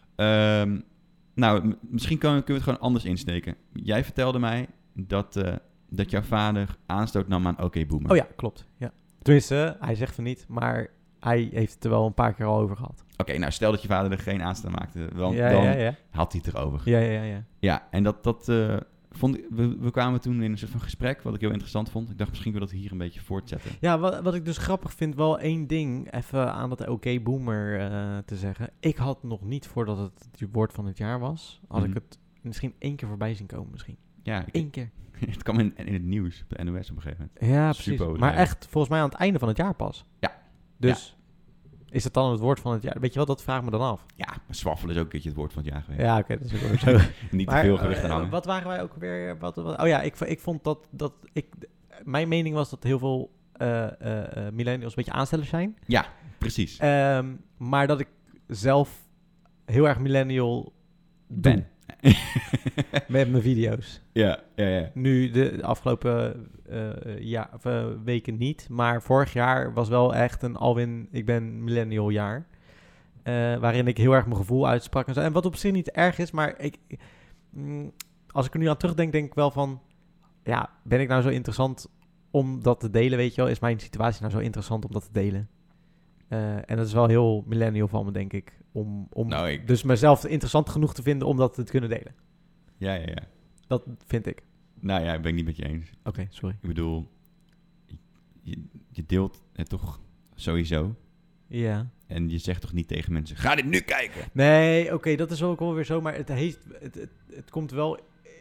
wel. Misschien kunnen we het gewoon anders insteken. Jij vertelde mij dat jouw vader aanstoot nam aan Oké Boomer. Oh ja, klopt. Ja. Tenminste, hij zegt van niet, maar hij heeft het er wel een paar keer al over gehad. Oké, stel dat je vader er geen aanstaan maakte, dan had hij het erover. Ja. Ja, en we kwamen toen in een soort van gesprek, wat ik heel interessant vond. Ik dacht, misschien wil dat hier een beetje voortzetten. Ja, wat ik dus grappig vind, wel één ding, even aan dat Oké Boomer te zeggen. Ik had nog niet, voordat het woord van het jaar was, had ik het misschien 1 keer voorbij zien komen misschien. Ja, 1 keer. Het kwam in het nieuws, op de NOS op een gegeven moment. Ja, precies. Maar echt, volgens mij aan het einde van het jaar pas. Ja. Dus... Is het dan het woord van het jaar? Weet je wat, dat vraagt me dan af. Ja, maar zwaffel is ook een keertje het woord van het jaar geweest. Ja, oké, dat is ook weer zo. Niet te veel gewicht aan hangen. Wat waren wij ook weer? Oh ja, ik vond dat mijn mening was dat heel veel millennials een beetje aanstellers zijn. Ja, precies. Maar dat ik zelf heel erg millennial ben. Met mijn video's. Ja. Nu de afgelopen weken niet. Maar vorig jaar was wel echt een Alwin, ik ben millennial jaar. Waarin ik heel erg mijn gevoel uitsprak. En wat op zich niet erg is, maar als ik er nu aan terugdenk, denk ik wel van... Ja, ben ik nou zo interessant om dat te delen, weet je wel? Is mijn situatie nou zo interessant om dat te delen? En dat is wel heel millennial van me, denk ik. Om dus mezelf interessant genoeg te vinden om dat te kunnen delen. Ja. Dat vind ik. Nou ja, ik ben ik niet met je eens. Oké, sorry. Ik bedoel, je deelt het toch sowieso. Ja. En je zegt toch niet tegen mensen, ga dit nu kijken? Nee, oké, dat is ook wel weer zo. Maar het komt wel...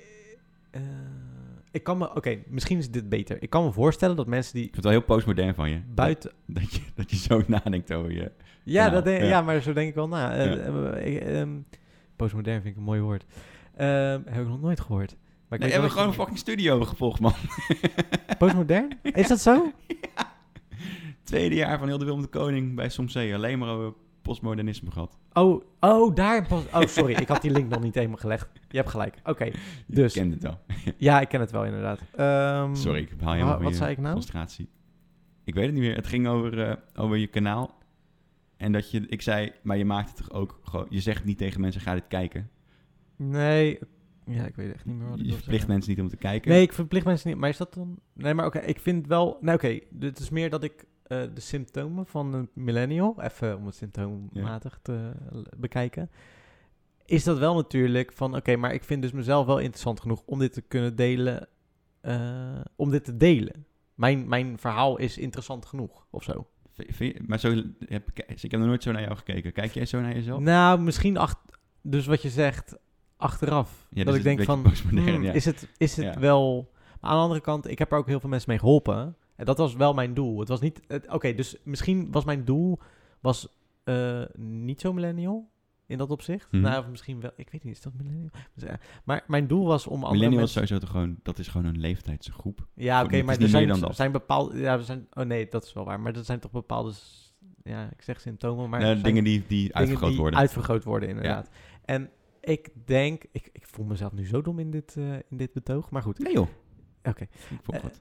misschien is dit beter. Ik kan me voorstellen dat mensen die... Ik vind het wel heel postmodern van je. Buiten... Dat je zo nadenkt over je... Ja, maar zo denk ik wel na. Postmodern vind ik een mooi woord. Heb ik nog nooit gehoord. Maar we hebben gewoon een fucking studio gevolgd, man. Postmodern? Is dat zo? Ja. 2e jaar van heel de Willem de Koning bij Somzee. Alleen maar over postmodernisme gehad. Daar... sorry, ik had die link nog niet helemaal gelegd. Je hebt gelijk. Oké, dus... Ik ken het wel. Ja, ik ken het wel, inderdaad. Sorry, ik haal je wat zei ik nou? Frustratie. Ik weet het niet meer. Het ging over je kanaal. En ik zei, maar je maakt het toch ook gewoon... Je zegt niet tegen mensen, ga dit kijken. Nee, ja, ik weet echt niet meer wat ik Je verplicht mensen niet om te kijken. Nee, ik verplicht mensen niet. Maar is dat dan... Nee, maar oké, ik vind wel... Nee, oké, het is meer dat ik de symptomen van een millennial... Even om het symptoommatig te bekijken... Is dat wel natuurlijk van... Oké, maar ik vind dus mezelf wel interessant genoeg om dit te kunnen delen... om dit te delen. Mijn verhaal is interessant genoeg, of zo. Maar ik heb nog nooit zo naar jou gekeken. Kijk jij zo naar jezelf? Nou, misschien dus wat je zegt... achteraf. Ja, dat ik denk van, is het wel... Maar aan de andere kant, ik heb er ook heel veel mensen mee geholpen. En dat was wel mijn doel. Het was niet... Oké, dus misschien was mijn doel... niet zo millennial in dat opzicht. Mm-hmm. Nou, of misschien wel... Ik weet niet, is dat millennial? Maar mijn doel was om... Millennials sowieso toch gewoon... Dat is gewoon een leeftijdsgroep. Ja, oké, maar er zijn bepaalde... Ja, oh nee, dat is wel waar. Maar er zijn toch bepaalde... Ja, ik zeg symptomen, maar... dingen die uitvergroot worden. Uitvergroot worden, inderdaad. Ja. En... Ik denk... Ik voel mezelf nu zo dom in dit betoog, maar goed. Nee joh. Oké. Ik voel goed.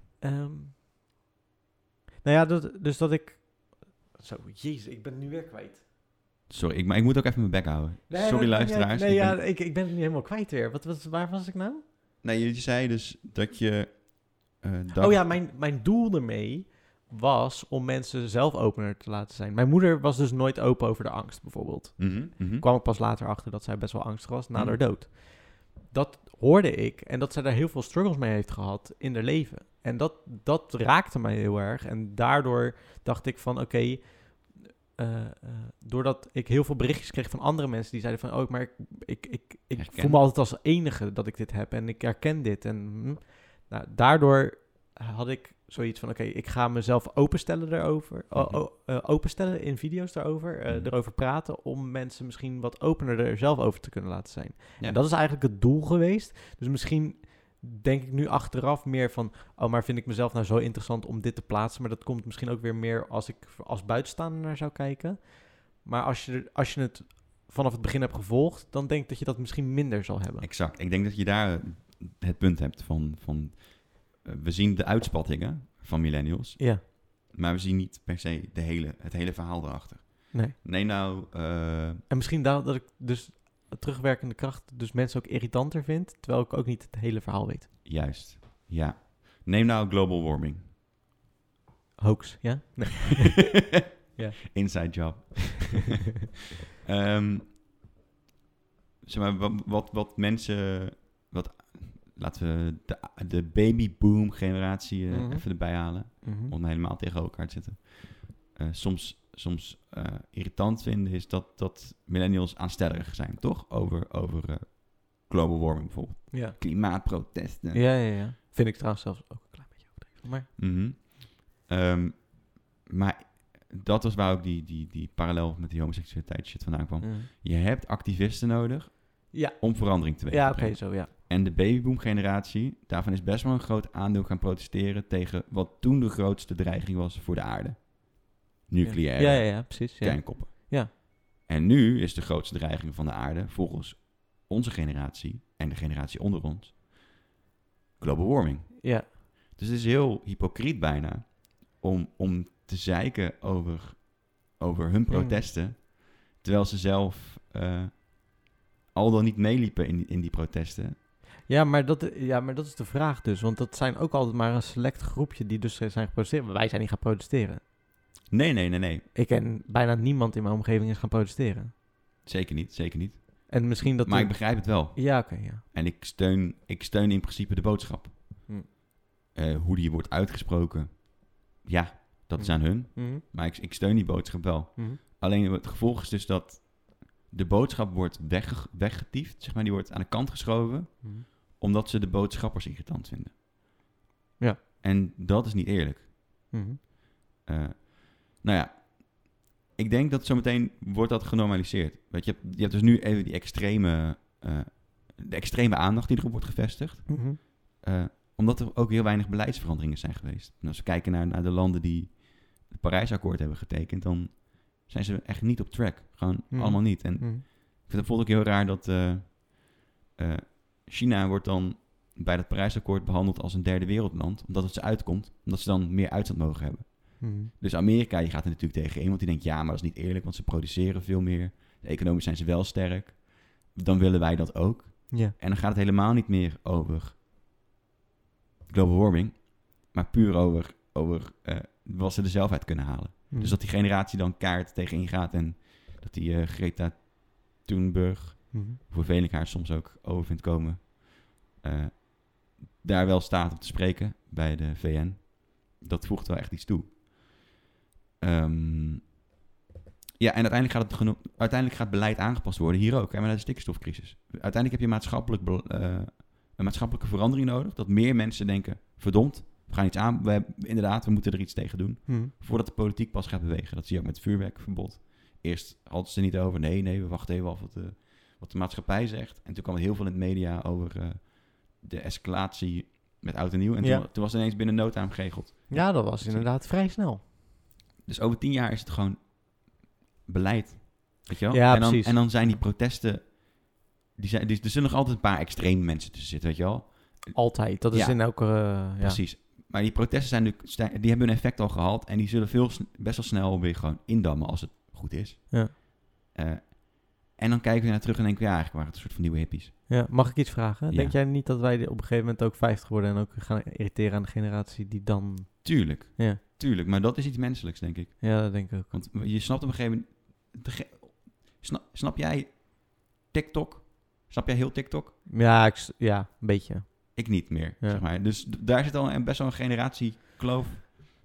Nou ja, dus dat ik... Zo, jezus, ik ben nu weer kwijt. Sorry, maar ik moet ook even mijn bek houden. Nee, sorry luisteraars. Ik ben het nu helemaal kwijt weer. Waar was ik nou? Nee, je zei dus dat je... mijn doel ermee was om mensen zelf opener te laten zijn. Mijn moeder was dus nooit open over de angst, bijvoorbeeld. Kwam ik pas later achter dat zij best wel angstig was na haar dood. Dat hoorde ik en dat zij daar heel veel struggles mee heeft gehad in haar leven. En dat raakte mij heel erg. En daardoor dacht ik van, oké, doordat ik heel veel berichtjes kreeg van andere mensen die zeiden van, maar ik voel me altijd als enige dat ik dit heb en ik herken dit. En daardoor had ik zoiets van, oké, ik ga mezelf openstellen daarover, openstellen in video's daarover, erover praten om mensen misschien wat opener er zelf over te kunnen laten zijn. Ja. En dat is eigenlijk het doel geweest. Dus misschien denk ik nu achteraf meer van, maar vind ik mezelf nou zo interessant om dit te plaatsen? Maar dat komt misschien ook weer meer als ik als buitenstaander naar zou kijken. Maar als je het vanaf het begin hebt gevolgd, dan denk ik dat je dat misschien minder zal hebben. Exact. Ik denk dat je daar het punt hebt van we zien de uitspattingen van millennials, maar we zien niet per se het hele verhaal erachter. Nee, nou... En misschien dat ik dus terugwerkende kracht dus mensen ook irritanter vind, terwijl ik ook niet het hele verhaal weet. Juist, ja. Neem nou global warming. Hoax, ja? Nee. Ja. Inside job. Zeg maar, wat mensen... Laten we de babyboom generatie even erbij halen. Mm-hmm. Om helemaal tegen elkaar te zetten. Soms irritant vinden is dat millennials aanstellerig zijn, toch? Over global warming bijvoorbeeld. Ja. Klimaatprotesten. Ja. Vind ik trouwens zelfs ook een klein beetje overdreven. Maar, maar dat was waar ook die parallel met die homoseksualiteit shit vandaan kwam. Mm. Je hebt activisten nodig om verandering te brengen. Ja, oké, zo, ja. En de babyboom generatie, daarvan is best wel een groot aandeel gaan protesteren tegen wat toen de grootste dreiging was voor de aarde. Nucleaire precies. kernkoppen. Ja. En nu is de grootste dreiging van de aarde, volgens onze generatie en de generatie onder ons, global warming. Ja. Dus het is heel hypocriet bijna om te zeiken over hun protesten, terwijl ze zelf al dan niet meeliepen in die protesten. Ja, maar dat is de vraag dus. Want dat zijn ook altijd maar een select groepje die dus zijn geprotesteerd. Maar wij zijn niet gaan protesteren. Nee. Ik ken bijna niemand in mijn omgeving is gaan protesteren. Zeker niet. En misschien dat... Maar ik begrijp het wel. Ja, oké, ja. En ik steun in principe de boodschap. Hoe die wordt uitgesproken, ja, dat is aan hun. Mm-hmm. Maar ik steun die boodschap wel. Mm-hmm. Alleen het gevolg is dus dat de boodschap wordt weggetiefd, zeg maar, die wordt aan de kant geschoven, omdat ze de boodschappers irritant vinden. Ja. En dat is niet eerlijk. Mm-hmm. Nou ja, ik denk dat zometeen wordt dat genormaliseerd. Weet je hebt dus nu even die de extreme aandacht die erop wordt gevestigd. Mm-hmm. Omdat er ook heel weinig beleidsveranderingen zijn geweest. En als we kijken naar de landen die het Parijsakkoord hebben getekend, dan zijn ze echt niet op track. Gewoon allemaal niet. En ik vind het bijvoorbeeld ook heel raar dat China wordt dan bij dat Parijsakkoord behandeld als een derde wereldland, omdat het ze uitkomt, omdat ze dan meer uitstoot mogen hebben. Dus Amerika, die gaat er natuurlijk tegenin, want die denkt, ja, maar dat is niet eerlijk, want ze produceren veel meer. Economisch zijn ze wel sterk. Dan willen wij dat ook. Yeah. En dan gaat het helemaal niet meer over global warming, maar puur over wat ze er zelf uit kunnen halen. Dus dat die generatie dan kaart tegenin gaat en dat die Greta Thunberg, voor velen haar soms ook over vindt komen, daar wel staat om te spreken bij de VN. Dat voegt wel echt iets toe. Ja, en uiteindelijk gaat beleid aangepast worden, hier ook. Kijk maar naar de stikstofcrisis. Uiteindelijk heb je een maatschappelijke verandering nodig, dat meer mensen denken, verdomd, we gaan iets aan, we moeten er iets tegen doen, voordat de politiek pas gaat bewegen. Dat zie je ook met het vuurwerkverbod. Eerst hadden ze er niet over, nee, we wachten even af wat de maatschappij zegt. En toen kwam er heel veel in de media over de escalatie met oud en nieuw. En toen was het ineens binnen no time geregeld. Ja, dat was inderdaad vrij snel. Dus over 10 jaar is het gewoon beleid. Weet je wel? Ja, precies. En dan zijn die protesten, er zullen nog altijd een paar extreme mensen tussen zitten, weet je wel? Altijd, dat is in elke... Precies. Maar die protesten die hebben hun effect al gehad en die zullen best wel snel weer gewoon indammen als het goed is. Ja. En dan kijken we naar terug en denken we, ja, eigenlijk waren het een soort van nieuwe hippies. Ja, mag ik iets vragen? Ja. Denk jij niet dat wij op een gegeven moment ook 50 worden en ook gaan irriteren aan de generatie die dan... Tuurlijk. Ja. Tuurlijk, maar dat is iets menselijks, denk ik. Ja, dat denk ik ook. Want je snapt op een gegeven moment... Snap jij TikTok? Snap jij heel TikTok? Ja, een beetje. Ik niet meer, zeg maar. Dus daar zit al best wel een generatiekloof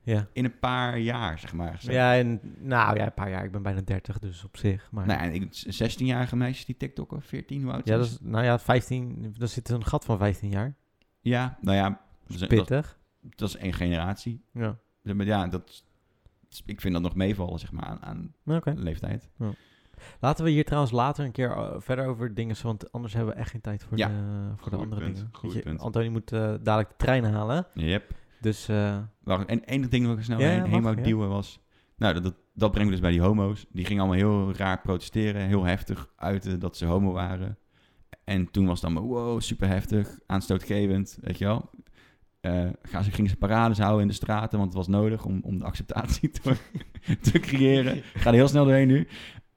in een paar jaar, zeg maar. Ja, een paar jaar. Ik ben bijna 30, dus op zich. Maar... Nou, en 16-jarige meisjes die TikTokken, 14, hoe oud is? Ja, dat is, 15, daar zit een gat van 15 jaar. Ja, nou ja. Dat is pittig. Dat is één generatie. Ja. Ja, ik vind dat nog meevallen, zeg maar, aan leeftijd. Ja. Laten we hier trouwens later een keer verder over dingen, want anders hebben we echt geen tijd voor de andere dingen. Goed punt. Antonie moet dadelijk de trein halen. Yep. Dus... Wacht, en één ding wat ik snel heen wou duwen was... Nou, dat brengt me dus bij die homo's. Die gingen allemaal heel raar protesteren, heel heftig uiten dat ze homo waren. En toen was het allemaal, wow, super heftig, aanstootgevend, weet je wel. Gingen ze parades houden in de straten, want het was nodig om de acceptatie te creëren. Ik ga er heel snel doorheen nu.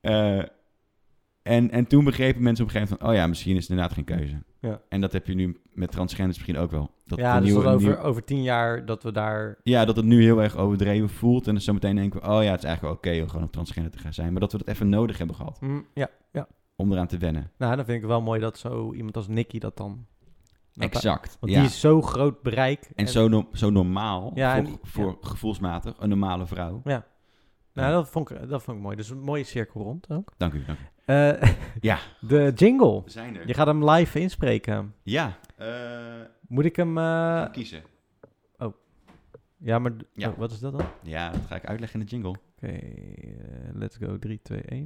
En toen begrepen mensen op een gegeven moment van... misschien is het inderdaad geen keuze. Ja. En dat heb je nu met transgenders misschien ook wel. Dus over 10 jaar dat we daar... Ja, dat het nu heel erg overdreven voelt. En dan zometeen denken we... het is eigenlijk wel oké om gewoon op transgender te gaan zijn. Maar dat we dat even nodig hebben gehad. Ja. Om eraan te wennen. Nou, dan vind ik het wel mooi dat zo iemand als Nicky dat dan... Exact. Want die is zo groot bereik. En zo normaal, voor gevoelsmatig, een normale vrouw. Ja. Nou, dat vond ik mooi. Dus een mooie cirkel rond ook. Dank u. Ja. De jingle. We zijn er. Je gaat hem live inspreken. Ja. Moet ik hem... kiezen. Oh. Ja, maar... Ja. Oh, wat is dat dan? Ja, dat ga ik uitleggen in de jingle. Oké, let's go. 3, 2, 1.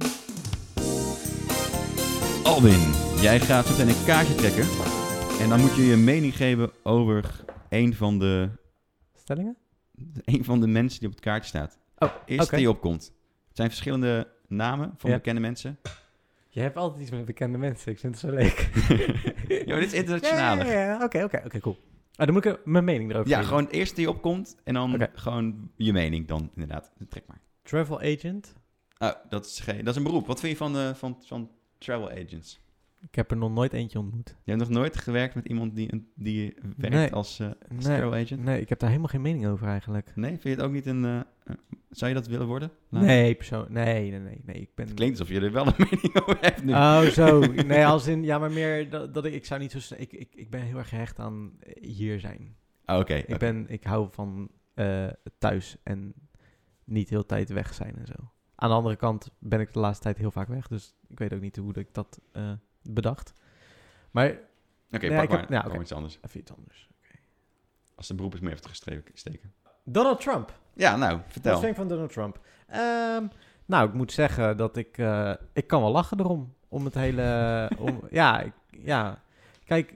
Alwin, jij gaat zo meteen een kaartje trekken. En dan moet je je mening geven over een van de... Stellingen? Een van de mensen die op het kaartje staat. Eerst die opkomt. Het zijn verschillende namen van bekende mensen. Je hebt altijd iets met bekende mensen. Ik vind het zo leuk. Ja, maar dit is internationaal. Ja. Oké, cool. Dan moet ik mijn mening erover geven. Ja, gewoon eerst die opkomt en dan gewoon je mening dan inderdaad. Trek maar. Travel agent? Dat is een beroep. Wat vind je van travel agents? Ik heb er nog nooit eentje ontmoet. Je hebt nog nooit gewerkt met iemand die werkt als travel agent? Nee, ik heb daar helemaal geen mening over eigenlijk. Nee, vind je het ook niet een... zou je dat willen worden? Nee. Ik ben... Het klinkt alsof je er wel een mening over hebt nu. Oh, zo. Nee, als in... Ja, maar meer dat ik zou niet zo snel... Ik ben heel erg gehecht aan hier zijn. Oké. Ik hou van thuis en niet heel de tijd weg zijn en zo. Aan de andere kant ben ik de laatste tijd heel vaak weg. Dus ik weet ook niet hoe ik dat bedacht. Maar... Oké, pak maar iets anders. Even iets anders. Okay. Als de beroep is, moet je even steken. Donald Trump. Ja, nou, vertel. Wat vind ik van Donald Trump? Nou, ik moet zeggen dat ik kan wel lachen erom. Om het hele... Kijk,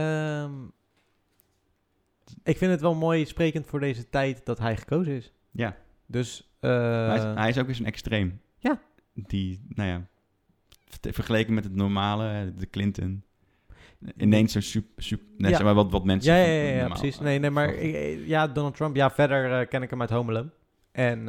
ik vind het wel mooi sprekend voor deze tijd dat hij gekozen is. Ja. Dus... hij is ook eens een extreem. Ja. Die, vergeleken met het normale, de Clinton... Ineens zo'n super zeg maar wat mensen... Ja, precies. Nee, maar Donald Trump... Ja, verder ken ik hem uit Home Alone. En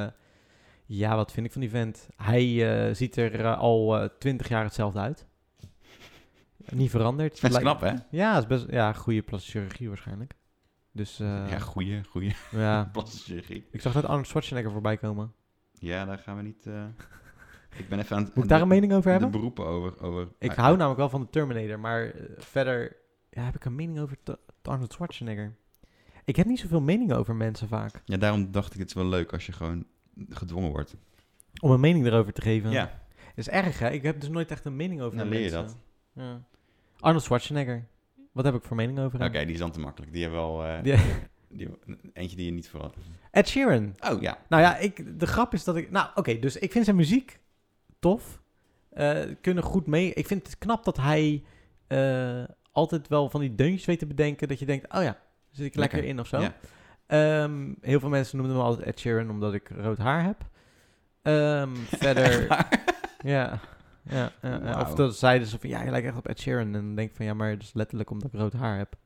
wat vind ik van die vent? Hij ziet er al 20 jaar hetzelfde uit. Niet veranderd. Best knap, hè? Ja, is best goede plastische chirurgie waarschijnlijk. Dus, goede plastische chirurgie. Ik zag net Arnold Schwarzenegger voorbij komen. Ja, daar gaan we niet... Ik ben even aan het... Moet ik daar een mening over hebben? De beroepen over... Ik hou namelijk wel van de Terminator, maar verder heb ik een mening over Arnold Schwarzenegger. Ik heb niet zoveel meningen over mensen vaak. Ja, daarom dacht ik het is wel leuk als je gewoon gedwongen wordt. Om een mening erover te geven? Ja. Dat is erg, hè? Ik heb dus nooit echt een mening over mensen. Leer je dat? Ja. Arnold Schwarzenegger. Wat heb ik voor mening over hem? Oké, die is dan te makkelijk. Die hebben wel... eentje die je niet verwacht. Ed Sheeran. Oh, ja. Nou ja, de grap is dat ik... Nou, oké, dus ik vind zijn muziek tof. Kunnen goed mee. Ik vind het knap dat hij altijd wel van die deuntjes weet te bedenken. Dat je denkt, oh ja, zit ik lekker in of zo. Ja. Heel veel mensen noemen me altijd Ed Sheeran omdat ik rood haar heb. Verder... ja. Wow. Of dat zeiden ze van, je lijkt echt op Ed Sheeran. En dan denk ik van, maar dat is letterlijk omdat ik rood haar heb.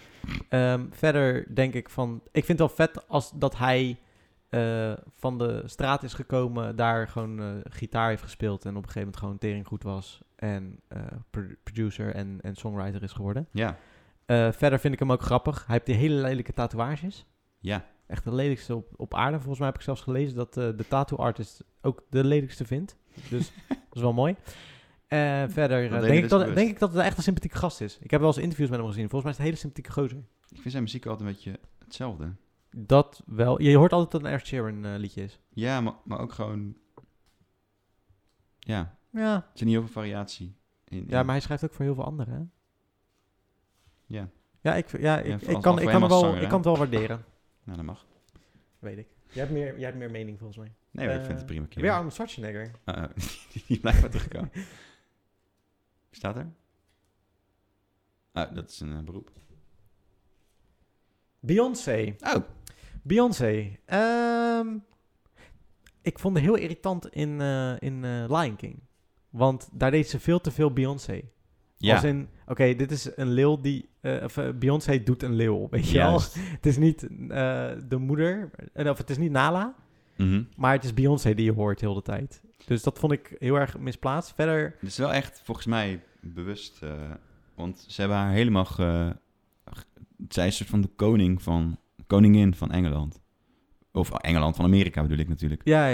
Verder denk ik van... Ik vind het wel vet als dat hij van de straat is gekomen, daar gewoon gitaar heeft gespeeld en op een gegeven moment gewoon teringgoed was en producer en songwriter is geworden. Ja. Verder vind ik hem ook grappig. Hij heeft die hele lelijke tatoeages. Ja. Echt de lelijkste op aarde. Volgens mij heb ik zelfs gelezen dat de tattoo artist ook de lelijkste vindt. Dus dat is wel mooi. Verder denk ik dat het echt een sympathieke gast is. Ik heb wel eens interviews met hem gezien. Volgens mij is het een hele sympathieke gozer. Ik vind zijn muziek altijd een beetje hetzelfde. Dat wel. Je hoort altijd dat een Ed Sheeran liedje is. Ja, maar ook gewoon... Ja. Ja. Er is niet heel veel variatie in. Ja, maar hij schrijft ook voor heel veel anderen, hè? Ja. Ja, ik als kan zanger, het wel waarderen. Nou, dat mag. Weet ik. Jij hebt meer mening volgens mij. Nee, maar ik vind het prima. Weer Arnold Schwarzenegger. Die blijft maar terugkomen. Staat er? Dat is een beroep. Beyoncé. Oh. Beyoncé. Ik vond het heel irritant in Lion King. Want daar deed ze veel te veel Beyoncé. Ja. Als in, oké, dit is een leeuw die... Beyoncé doet een leeuw, weet je wel? Het is niet de moeder, of het is niet Nala, maar het is Beyoncé die je hoort heel de tijd. Dus dat vond ik heel erg misplaatst. Verder... Het is wel echt, volgens mij, bewust. Want ze hebben haar helemaal... zij is soort van de koningin van Engeland. Of Engeland, van Amerika bedoel ik natuurlijk. Ja.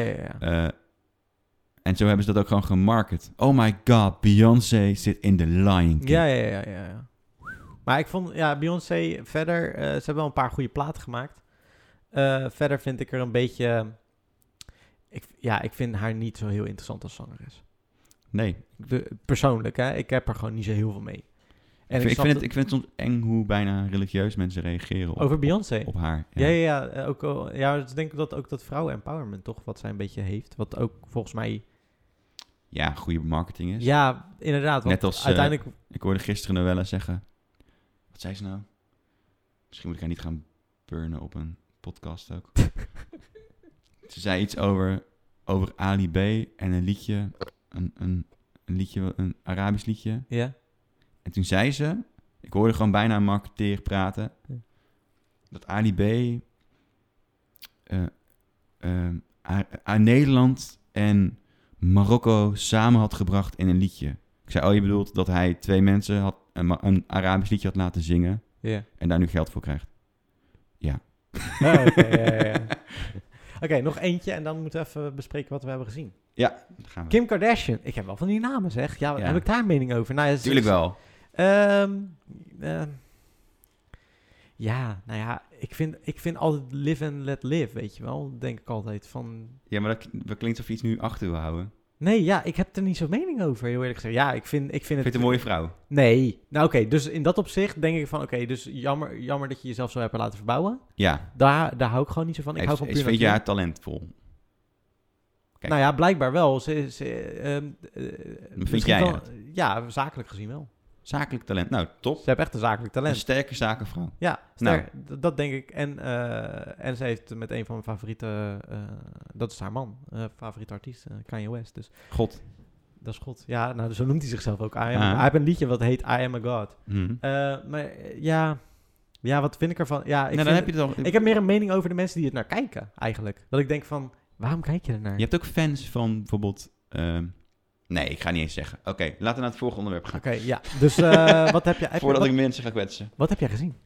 En zo hebben ze dat ook gewoon gemarket. Oh my god, Beyoncé zit in de Lion King. Ja. Maar ik vond, Beyoncé verder... ze hebben wel een paar goede platen gemaakt. Verder vind ik er een beetje... Ik vind haar niet zo heel interessant als zangeres. Nee. Persoonlijk, hè. Ik heb er gewoon niet zo heel veel mee. En ik vind het soms eng hoe bijna religieus mensen reageren over Beyoncé? Op haar. Ja. Ook al, ik denk dat ook dat vrouwen-empowerment toch wat zij een beetje heeft. Wat ook volgens mij... Ja, goede marketing is. Ja, inderdaad. Net als uiteindelijk... ik hoorde gisteren Noelle zeggen... Wat zei ze nou? Misschien moet ik haar niet gaan burnen op een podcast ook. Ze zei iets over Ali B en een liedje... Een liedje, een Arabisch liedje. Ja. En toen zei ze... Ik hoorde gewoon bijna een marketeer praten... Dat Ali B... Nederland en Marokko samen had gebracht in een liedje. Ik zei, oh, je bedoelt dat hij 2 mensen had een Arabisch liedje had laten zingen... en daar nu geld voor krijgt? Ja. Oké, nog eentje en dan moeten we even bespreken wat we hebben gezien. Ja, dat gaan we. Kim Kardashian. Ik heb wel van die namen, zeg. Ja, heb ik daar een mening over? Nou, tuurlijk wel. Ik vind altijd live and let live, weet je wel. Denk ik altijd van... Ja, maar dat klinkt alsof je iets nu achter wil houden. Nee, ik heb er niet zo'n mening over, heel eerlijk gezegd. Ja, ik vind het... Vind je het een mooie vrouw? Nee. Nou, oké, dus in dat opzicht denk ik van... Oké, dus jammer dat je jezelf zo hebt laten verbouwen. Ja. Daar hou ik gewoon niet zo van. Ik hou van puur vind je haar talentvol? Kijk. Nou ja, blijkbaar wel. Vind jij wel, ja, zakelijk gezien wel. Zakelijk talent. Nou, top. Ze hebben echt een zakelijk talent. Een sterke zakenvrouw. Ja, dat denk ik. En ze heeft met een van mijn favoriete... dat is haar man. Favoriete artiest, Kanye West. Dus. God. Dat is God. Ja, nou, zo noemt hij zichzelf ook. Hij heeft een liedje wat heet I Am A God. Maar ja, wat vind ik ervan? Ja, ik heb meer een mening over de mensen die het naar kijken, eigenlijk. Dat ik denk van, waarom kijk je er naar? Je hebt ook fans van bijvoorbeeld... Nee, ik ga niet eens zeggen. Oké, laten we naar het volgende onderwerp gaan. Oké, ja. Dus wat heb je... Voordat ik mensen ga kwetsen. Wat heb jij gezien?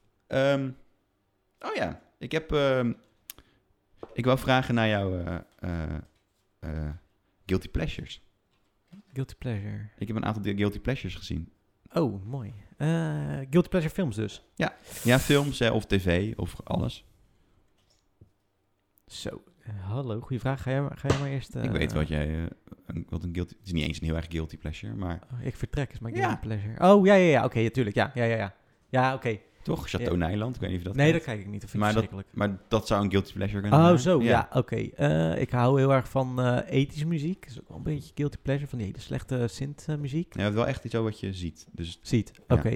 Ik wou vragen naar jouw guilty pleasures. Guilty pleasure. Ik heb een aantal guilty pleasures gezien. Oh, mooi. Guilty pleasure films dus? Ja, films of tv of alles. Zo, hallo, goede vraag. Ga jij maar eerst... ik weet wat jij... wat een guilty... Het is niet eens een heel erg guilty pleasure, maar... ik vertrek is mijn guilty pleasure. Oh, ja. Oké, natuurlijk. Ja. Ja, oké. Toch? Chateau Nijland? Ik weet niet of je dat Nee, dat kijk ik niet. Dat vind ik verschrikkelijk. Maar dat zou een guilty pleasure kunnen zijn. Oh, zo. Ja, oké. Ik hou heel erg van ethische muziek. Dat is ook wel een beetje guilty pleasure. Van die hele slechte synth-muziek. Ja, het is wel echt iets over wat je ziet. Dus... Ziet, oké.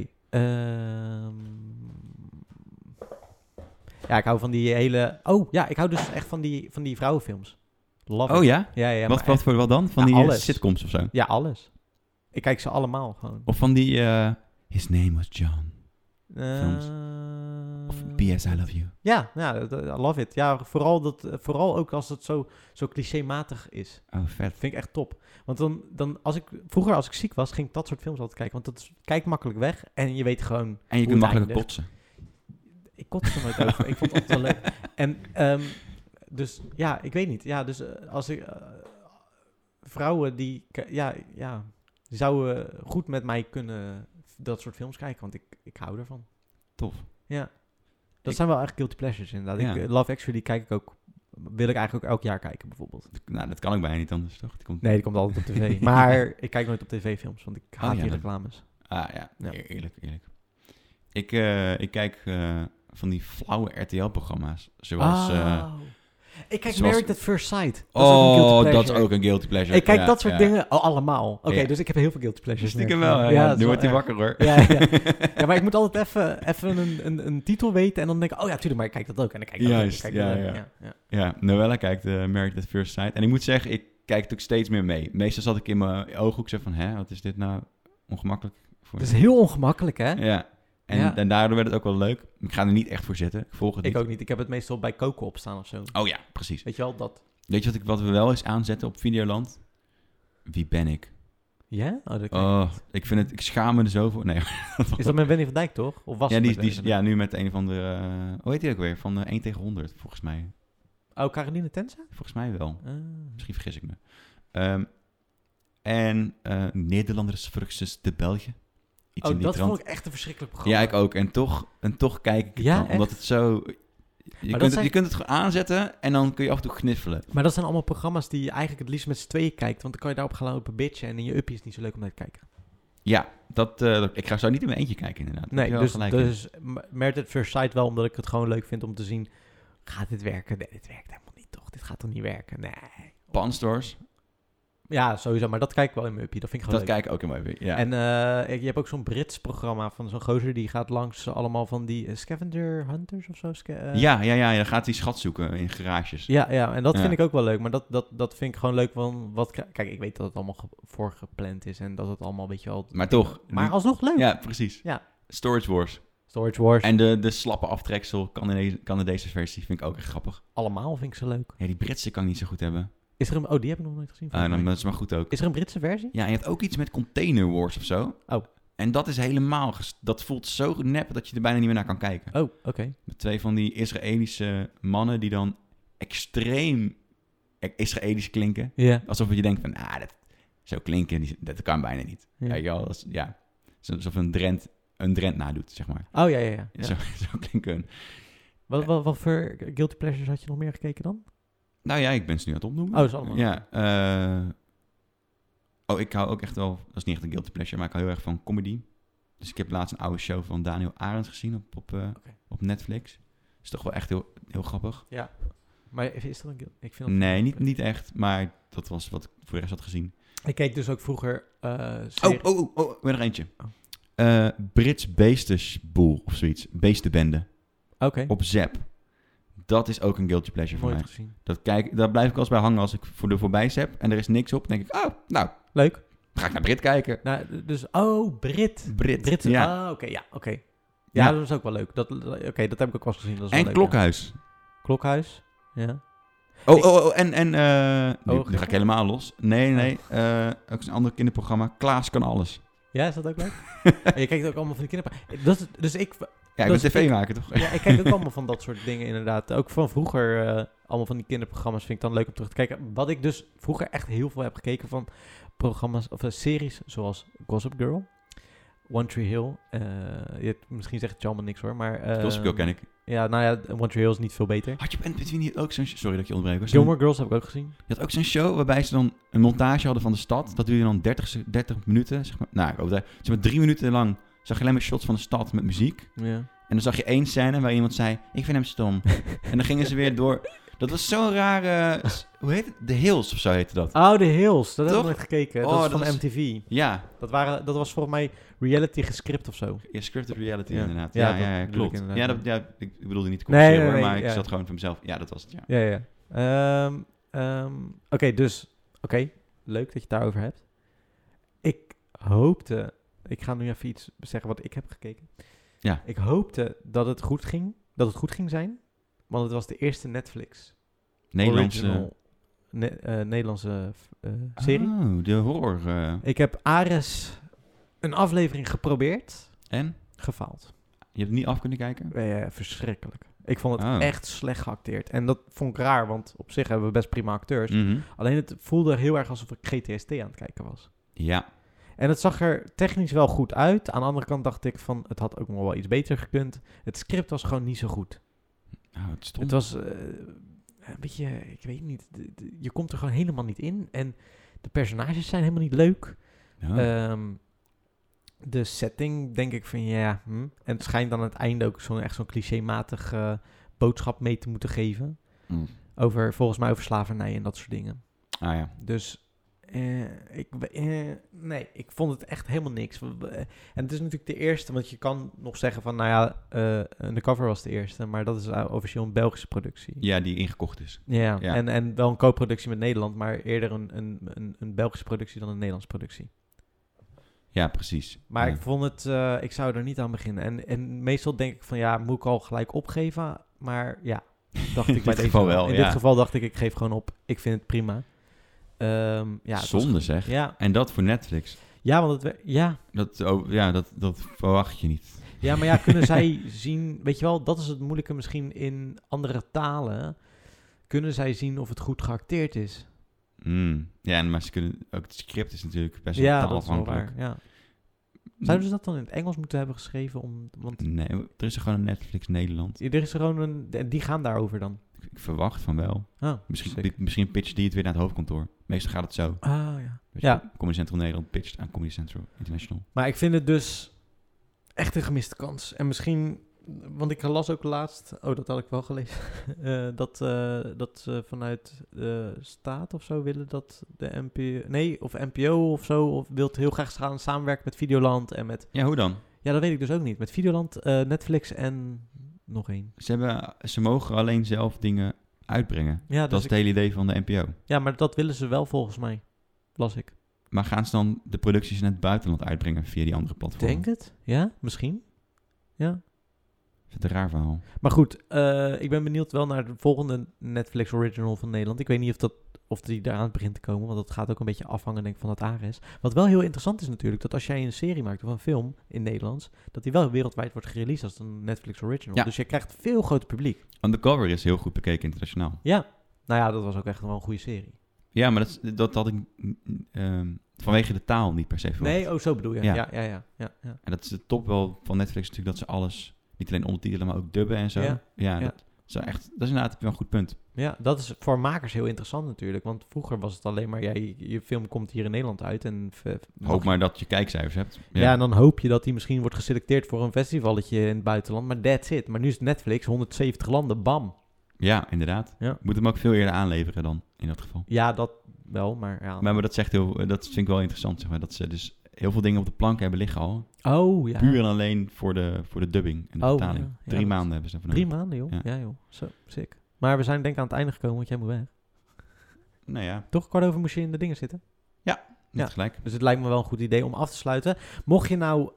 Ja, ik hou van die hele... Oh, ja, ik hou dus echt van die vrouwenfilms. Love it. Ja? Ja. Wat voor wat dan? Van die sitcoms of zo? Ja, alles. Ik kijk ze allemaal gewoon. Of van die... His name was John. Films. Of P.S. I Love You. Ja, I love it. Ja, vooral ook als het zo clichématig is. Oh, vet. Vind ik echt top. Want dan als ik ziek was, ging ik dat soort films altijd kijken. Want dat kijkt makkelijk weg en je weet gewoon... En je kunt makkelijk kotsen. Ik kots er nooit over. Ik vond het altijd wel leuk. En dus ja, ik weet niet. Ja, dus als ik... vrouwen die zouden goed met mij kunnen dat soort films kijken. Want ik hou ervan. Tof. Ja. Dat zijn wel echt guilty pleasures inderdaad. Ja. Love Actually kijk ik ook... Wil ik eigenlijk ook elk jaar kijken, bijvoorbeeld. Nou, dat kan ook bijna niet anders, toch? Die komt altijd op tv. Maar ik kijk nooit op tv-films, want ik haat die reclames. Ja. Eerlijk. Ik kijk van die flauwe RTL-programma's. Zoals... ik kijk zoals... Married at First Sight. Dat is ook een guilty pleasure. Ik kijk dat soort dingen allemaal. Oké, dus ik heb heel veel guilty pleasures. Stiekem wel. Ja, nu wordt hij wakker, hoor. Ja, maar ik moet altijd even een titel weten en dan denk ik, oh ja, tuurlijk, maar ik kijk dat ook. En dan kijk ik Juist, ja. Noella kijkt Married at First Sight. En ik moet zeggen, ik kijk het ook steeds meer mee. Meestal zat ik in mijn ooghoek zo van, wat is dit nou ongemakkelijk? Het is heel ongemakkelijk, hè? Ja. En daardoor werd het ook wel leuk. Ik ga er niet echt voor zitten. Ik volg het niet. Ik ook niet. Ik heb het meestal bij Coco opstaan of zo. Oh ja, precies. Weet je wel, dat. Weet je wat we wel eens aanzetten op Videoland? Wie ben ik? Ja? Ik schaam me er zo voor. Nee. Is dat met Benny van Dijk, toch? Of was het nu met een van de... hoe heet die ook weer? Van 1 tegen 100, volgens mij. Oh, Caroline Tensa? Volgens mij wel. Misschien vergis ik me. Nederlanders versus de Belgen. Dat vond ik echt een verschrikkelijk programma. Ja, ik ook. En toch kijk ik het dan. Omdat het zo... Je kunt het gewoon aanzetten en dan kun je af en toe gniffelen. Maar dat zijn allemaal programma's die je eigenlijk het liefst met z'n tweeën kijkt. Want dan kan je daarop gaan lopen bitchen en in je uppie is het niet zo leuk om naar te kijken. Ja, ik ga zo niet in mijn eentje kijken inderdaad. Nee, dus Married at First Sight wel, omdat ik het gewoon leuk vind om te zien... Gaat dit werken? Nee, dit werkt helemaal niet, toch? Dit gaat toch niet werken? Nee. Pawnstores? Ja, sowieso. Maar dat kijk ik wel in mijn uppie. Dat vind ik gewoon leuk. Dat kijk ik ook in mijn uppie, ja. En je hebt ook zo'n Brits programma van zo'n gozer... die gaat langs allemaal van die scavenger hunters of zo. Ja. Dan gaat hij schat zoeken in garages. Ja. En dat vind ik ook wel leuk. Maar dat vind ik gewoon leuk van... Kijk, ik weet dat het allemaal voorgepland is... en dat het allemaal een beetje al... Maar toch. Maar alsnog leuk. Ja, precies. Ja. Storage Wars. En de slappe aftreksel Canadese versie vind ik ook echt grappig. Allemaal vind ik ze leuk. Ja, die Britse kan ik niet zo goed hebben. Is er een... die heb ik nog nooit gezien. Dat is maar goed ook. Is er een Britse versie? Ja, en je hebt ook iets met Container Wars of zo. Oh. En dat is helemaal... Dat voelt zo nep dat je er bijna niet meer naar kan kijken. Oh, oké. Met 2 van die Israëlische mannen die dan extreem Israëlisch klinken. Ja. Yeah. Alsof je denkt van, zo klinken, dat kan bijna niet. Yeah. Alsof een Drent nadoet, zeg maar. Oh, ja. Zo klinken. Wat voor guilty pleasures had je nog meer gekeken dan? Nou ja, ik ben ze nu aan het opnoemen. Oh, dat is allemaal. Ja. Ik hou ook echt wel... Dat is niet echt een guilty pleasure, maar ik hou heel erg van comedy. Dus ik heb laatst een oude show van Daniel Arends gezien op Netflix. Is toch wel echt heel, heel grappig. Ja. Maar is dat een guilty? Ik vind nee, niet echt. Maar dat was wat ik voor de rest had gezien. Ik keek dus ook vroeger... weer nog eentje. Brits Beestesboel of zoiets. Beestenbende. Oké. Op Zap. Dat is ook een guilty pleasure voor mij. Gezien. Daar blijf ik wel eens bij hangen als ik voorbij zap en er is niks op. Dan denk ik, leuk. Dan ga ik naar Brit kijken. Nou, dus, Brit. Ja. Oké. Ja, dat is ook wel leuk. Dat heb ik ook wel eens gezien. Dat is wel leuk, Klokhuis. Ja. Klokhuis, ja. Nu ga ik helemaal los. Nee. Ook een ander kinderprogramma. Klaas kan alles. Ja, is dat ook leuk? Je kijkt ook allemaal van die kinderprogramma's. Ja, ik ben tv-maker, toch? Ja, ik kijk ook allemaal van dat soort dingen inderdaad. Ook van vroeger, allemaal van die kinderprogramma's vind ik dan leuk om terug te kijken. Wat ik dus vroeger echt heel veel heb gekeken van programma's of series zoals Gossip Girl, One Tree Hill. Misschien zegt het je allemaal niks hoor, maar... Gossip Girl ken ik. Ja, nou ja, One Tree Hill is niet veel beter. Had je niet ook zo'n... Sorry dat je ontbreekt. Gilmore Girls heb ik ook gezien. Je had ook zo'n show waarbij ze dan een montage hadden van de stad. Dat duurde dan 30 minuten, zeg maar. Nou, ik hoop dat... Zeg maar 3 minuten lang zag je alleen maar shots van de stad met muziek. Ja. En dan zag je 1 scène waar iemand zei, ik vind hem stom. En dan gingen ze weer door. Dat was zo'n rare... Hoe heet het? The Hills of zo heette dat. Oh, The Hills. Dat heb ik nooit gekeken. Dat is van MTV. Ja. Dat was volgens mij reality gescript of zo. Ja, scripted reality inderdaad. Ja, klopt. Ik bedoelde niet te commercieel, maar ik zat gewoon voor mezelf. Ja, dat was het, ja. Oké, leuk dat je het daarover hebt. Ik hoopte... Ik ga nu even iets zeggen wat ik heb gekeken. Ja. Ik hoopte dat het goed ging zijn. Want het was de eerste Netflix Nederlandse serie. Oh, de horror. Ik heb Ares een aflevering geprobeerd. En? Gefaald. Je hebt het niet af kunnen kijken? Verschrikkelijk. Ik vond het echt slecht geacteerd. En dat vond ik raar, want op zich hebben we best prima acteurs. Mm-hmm. Alleen het voelde heel erg alsof ik GTST aan het kijken was. Ja. En het zag er technisch wel goed uit. Aan de andere kant dacht ik van, het had ook nog wel iets beter gekund. Het script was gewoon niet zo goed. Het was een beetje, ik weet niet, je komt er gewoon helemaal niet in. En de personages zijn helemaal niet leuk. Ja. De setting, denk ik van ja. En het schijnt dan aan het einde ook echt zo'n clichématig boodschap mee te moeten geven. Volgens mij over slavernij en dat soort dingen. Ah ja. Dus ik vond het echt helemaal niks. En het is natuurlijk de eerste, want je kan nog zeggen van, nou ja, Undercover was de eerste, maar dat is officieel een Belgische productie. Ja, die ingekocht is. Ja. En wel een co-productie met Nederland, maar eerder een Belgische productie dan een Nederlandse productie. Ja, precies. Maar ik vond het, ik zou er niet aan beginnen. En meestal denk ik van, ja, moet ik al gelijk opgeven? Maar ja, dacht ik bij deze geval wel. In dit geval dacht ik geef gewoon op. Ik vind het prima. Zonde zeg. Ja. En dat voor Netflix. Ja, want dat verwacht je niet. Ja, maar ja, kunnen zij zien... Weet je wel, dat is het moeilijke misschien in andere talen. Kunnen zij zien of het goed geacteerd is? Ja, maar ze kunnen... Ook het script is natuurlijk best wel taalafhankelijk. Ja. Zouden ze dat dan in het Engels moeten hebben geschreven? Nee, er is er gewoon een Netflix Nederland. Er is er gewoon die gaan daarover dan? Ik verwacht van wel. Misschien pitcht die het weer naar het hoofdkantoor. Meestal gaat het zo. Ja. Comedy Central Nederland pitcht aan Comedy Central International. Maar ik vind het dus echt een gemiste kans. En misschien, want ik las ook laatst, dat had ik wel gelezen, dat ze vanuit de staat of zo willen dat de NPO of zo, of wilt heel graag gaan samenwerken met Videoland en met... Ja, hoe dan? Ja, dat weet ik dus ook niet. Met Videoland, Netflix en nog één. Ze mogen alleen zelf dingen uitbrengen. Ja, dus dat is het hele idee van de NPO. Ja, maar dat willen ze wel volgens mij, las ik. Maar gaan ze dan de producties in het buitenland uitbrengen via die andere platformen? Denk het. Ja, misschien. Ja. Ik vind het een raar verhaal. Maar goed, ik ben benieuwd wel naar de volgende Netflix original van Nederland. Ik weet niet of die daaraan begint te komen, want dat gaat ook een beetje afhangen denk ik van het ARES. Wat wel heel interessant is natuurlijk, dat als jij een serie maakt of een film in Nederlands, dat die wel wereldwijd wordt gereleased als een Netflix original. Ja. Dus je krijgt veel groter publiek. Undercover is heel goed bekeken internationaal. Ja, nou ja, dat was ook echt wel een goede serie. Ja, maar dat had ik vanwege de taal niet per se verwacht. Nee, zo bedoel je. Ja. En dat is de top wel van Netflix natuurlijk, dat ze alles, niet alleen ondertitelen, maar ook dubben en zo. Ja. Dat is inderdaad wel een goed punt. Ja, dat is voor makers heel interessant natuurlijk. Want vroeger was het alleen maar, je film komt hier in Nederland uit. En hoop maar dat je kijkcijfers hebt. Ja, en dan hoop je dat die misschien wordt geselecteerd voor een festivalletje in het buitenland. Maar that's it. Maar nu is Netflix, 170 landen, bam. Ja, inderdaad. Ja. Moet hem ook veel eerder aanleveren dan, in dat geval. Ja, dat wel, maar ja. Maar dat vind ik wel interessant, zeg maar. Dat ze dus heel veel dingen op de plank hebben liggen al. Oh, ja. Puur en alleen voor de dubbing en de vertaling. Ja. 3 maanden hebben ze ervan 3 maanden, joh? Ja, joh. Zo, sick. Maar we zijn denk ik aan het einde gekomen, want jij moet weg. Nou ja. Toch, 15:15 moest je in de dingen zitten? Ja, net gelijk. Dus het lijkt me wel een goed idee om af te sluiten. Mocht je nou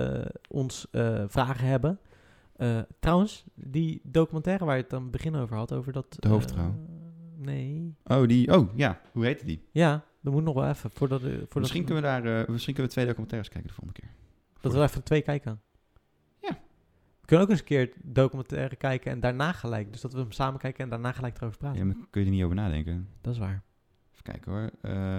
ons vragen hebben... trouwens, die documentaire waar je het aan het begin over had, over dat... De hoofdtrouw. Nee. Ja. Hoe heette die? Ja, dat moet nog wel even. Misschien kunnen we 2 documentaires kijken de volgende keer. Dat we even 2 kijken. Ja. We kunnen ook eens een keer documentaire kijken en daarna gelijk. Dus dat we hem samen kijken en daarna gelijk erover praten. Ja, maar kun je er niet over nadenken. Dat is waar. Even kijken hoor.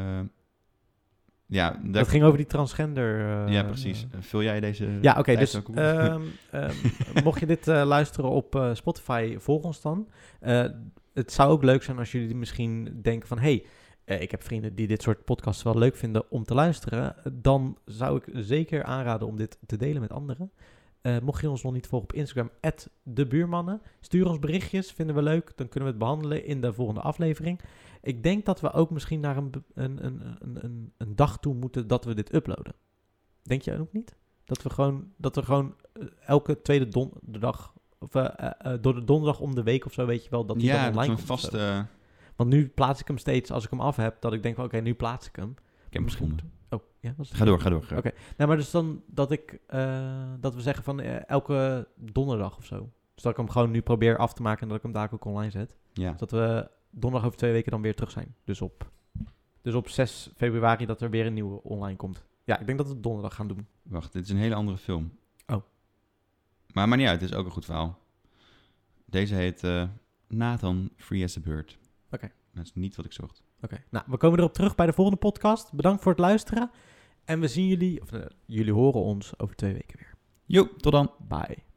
Dat ging over die transgender... ja, precies. Vul jij deze... Ja, oké. Dus mocht je dit luisteren op Spotify, volg ons dan. Het zou ook leuk zijn als jullie misschien denken van... Hey, ik heb vrienden die dit soort podcasts wel leuk vinden om te luisteren. Dan zou ik zeker aanraden om dit te delen met anderen. Mocht je ons nog niet volgen op Instagram, @debuurmannen. Stuur ons berichtjes, vinden we leuk. Dan kunnen we het behandelen in de volgende aflevering. Ik denk dat we ook misschien naar een dag toe moeten dat we dit uploaden. Denk je ook niet? Dat we gewoon elke tweede donderdag... Of door de donderdag om de week of zo, weet je wel, dat die dan online komt. Vaste... Want nu plaats ik hem steeds, als ik hem af heb, dat ik denk van oké, nu plaats ik hem. Ik heb hem gevonden. Oh, ja? Ga door. Oké. Nou, maar dus dan dat we zeggen van elke donderdag of zo. Dus dat ik hem gewoon nu probeer af te maken en dat ik hem daar ook online zet. Ja. Dat we donderdag over 2 weken dan weer terug zijn. Dus op 6 februari dat er weer een nieuwe online komt. Ja, ik denk dat we het donderdag gaan doen. Wacht, dit is een hele andere film. Oh. Maar niet uit, het is ook een goed verhaal. Deze heet Nathan Free as a Bird. Oké. Dat is niet wat ik zocht. Oké. Nou, we komen erop terug bij de volgende podcast. Bedankt voor het luisteren. En we zien jullie, of jullie horen ons over 2 weken weer. Jo, tot dan. Bye.